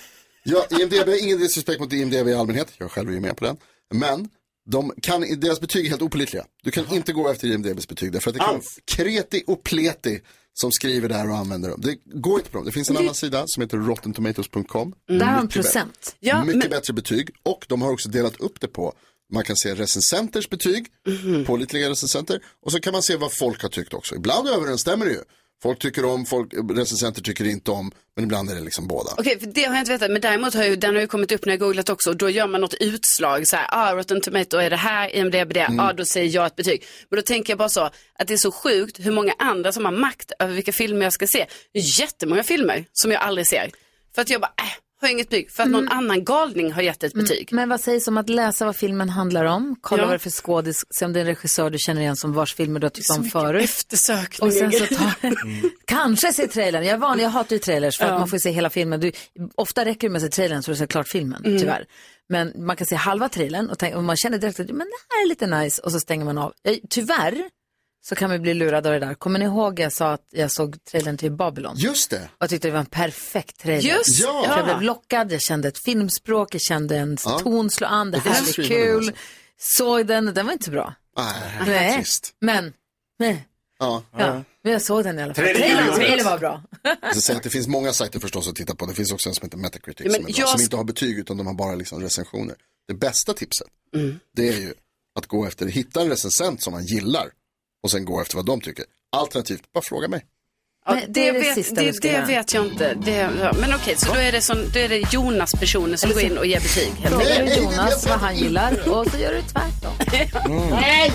Ja, I M D B, ingen disrespekt mot I M D B i allmänhet. Jag själv är ju med på den. Men de kan, deras betyg är helt opålitliga. Du kan inte gå efter I M D B:s betyg, därför att det kan vara kreti och pleti som skriver där och använder dem. Det går inte på dem. Det finns en det... annan sida som heter rotten tomatoes punkt com. Mm. Där har en procent. Ja, mycket men... bättre betyg. Och de har också delat upp det på, man kan se recensenters betyg, mm. pålitliga recensenter. Och så kan man se vad folk har tyckt också. Ibland överensstämmer det ju. Folk tycker om, folk, recensenter tycker inte om, men ibland är det liksom båda. Okej, okay, för det har jag inte vetat, men däremot har ju, den har ju kommit upp när jag googlat också, och då gör man något utslag, så här, ah, Rotten Tomato är det här, I M D B det, mm. ah, då säger jag ett betyg. Men då tänker jag bara så, att det är så sjukt hur många andra som har makt över vilka filmer jag ska se. Det är jättemånga filmer som jag aldrig ser. För att jag bara, äh, har inget betyg, för att någon mm. annan galning har gett ett betyg. Mm. Men vad sägs om att läsa vad filmen handlar om? Kolla ja. vad det är för skådis, se om det är en regissör du känner igen som vars filmer du har tyckt om förut. Eftersökning. Och sen så tar mm. kanske se trailern. Jag är van, jag hatar ju trailers för ja. att man får se hela filmen. Du, ofta räcker det med att se trailern så du ser klart filmen, mm. tyvärr. Men man kan se halva trailern och, tänka, och man känner direkt att men det här är lite nice, och så stänger man av. Jag, tyvärr så kan man bli lurad av det där. Kommer ni ihåg jag sa att jag såg trailern till Babylon? Just det. Och jag tyckte det var en perfekt trailer. Just ja. Jag blev lockad, jag kände ett filmspråk, jag kände en ja. ton slå an, det, det här är kul. Såg den, den var inte så bra. Nej, nej. Trist. Men, nej. Ja. ja. Men jag såg den i alla fall. Trailern, trailern var bra. Jag ska säga att det finns många sajter förstås att titta på. Det finns också en som heter Metacritic ja, som, är jag... som inte har betyg utan de har bara liksom recensioner. Det bästa tipset, mm. det är ju att gå efter, hitta en recensent som man gillar och sen gå efter vad de tycker. Alternativt, bara fråga mig. Ja, det, det, det, vet, det, det vet jag inte. Det, ja. Men okej, så då är det, sån, då är det Jonas personer som går in och ger betyg. Då är det Jonas vad han gillar och så gör du tvärtom. Mm. Nej!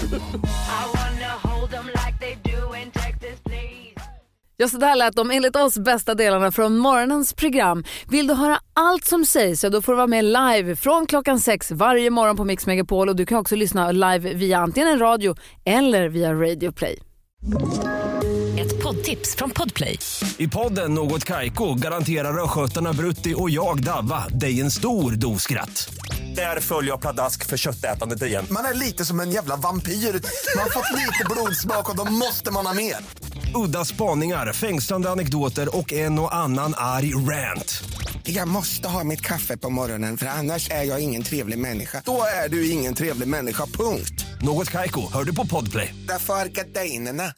Ja, så där lät de enligt oss bästa delarna från morgonens program. Vill du höra allt som sägs så då får du vara med live från klockan sex varje morgon på Mix Megapol. Och du kan också lyssna live via antingen en radio eller via Radio Play. Ett poddtips från Podplay. I podden Något Kaiko garanterar röskötarna Brutti och jag Davva dig en stor doskratt. Där följer jag pladask för köttätandet igen. Man är lite som en jävla vampyr. Man har fått lite blodsmak och då måste man ha mer. Udda spaningar, fängslande anekdoter och en och annan arg rant. Jag måste ha mitt kaffe på morgonen för annars är jag ingen trevlig människa. Då är du ingen trevlig människa, punkt. Något Kaiko, hör du på Podplay. Därför är gardinerna.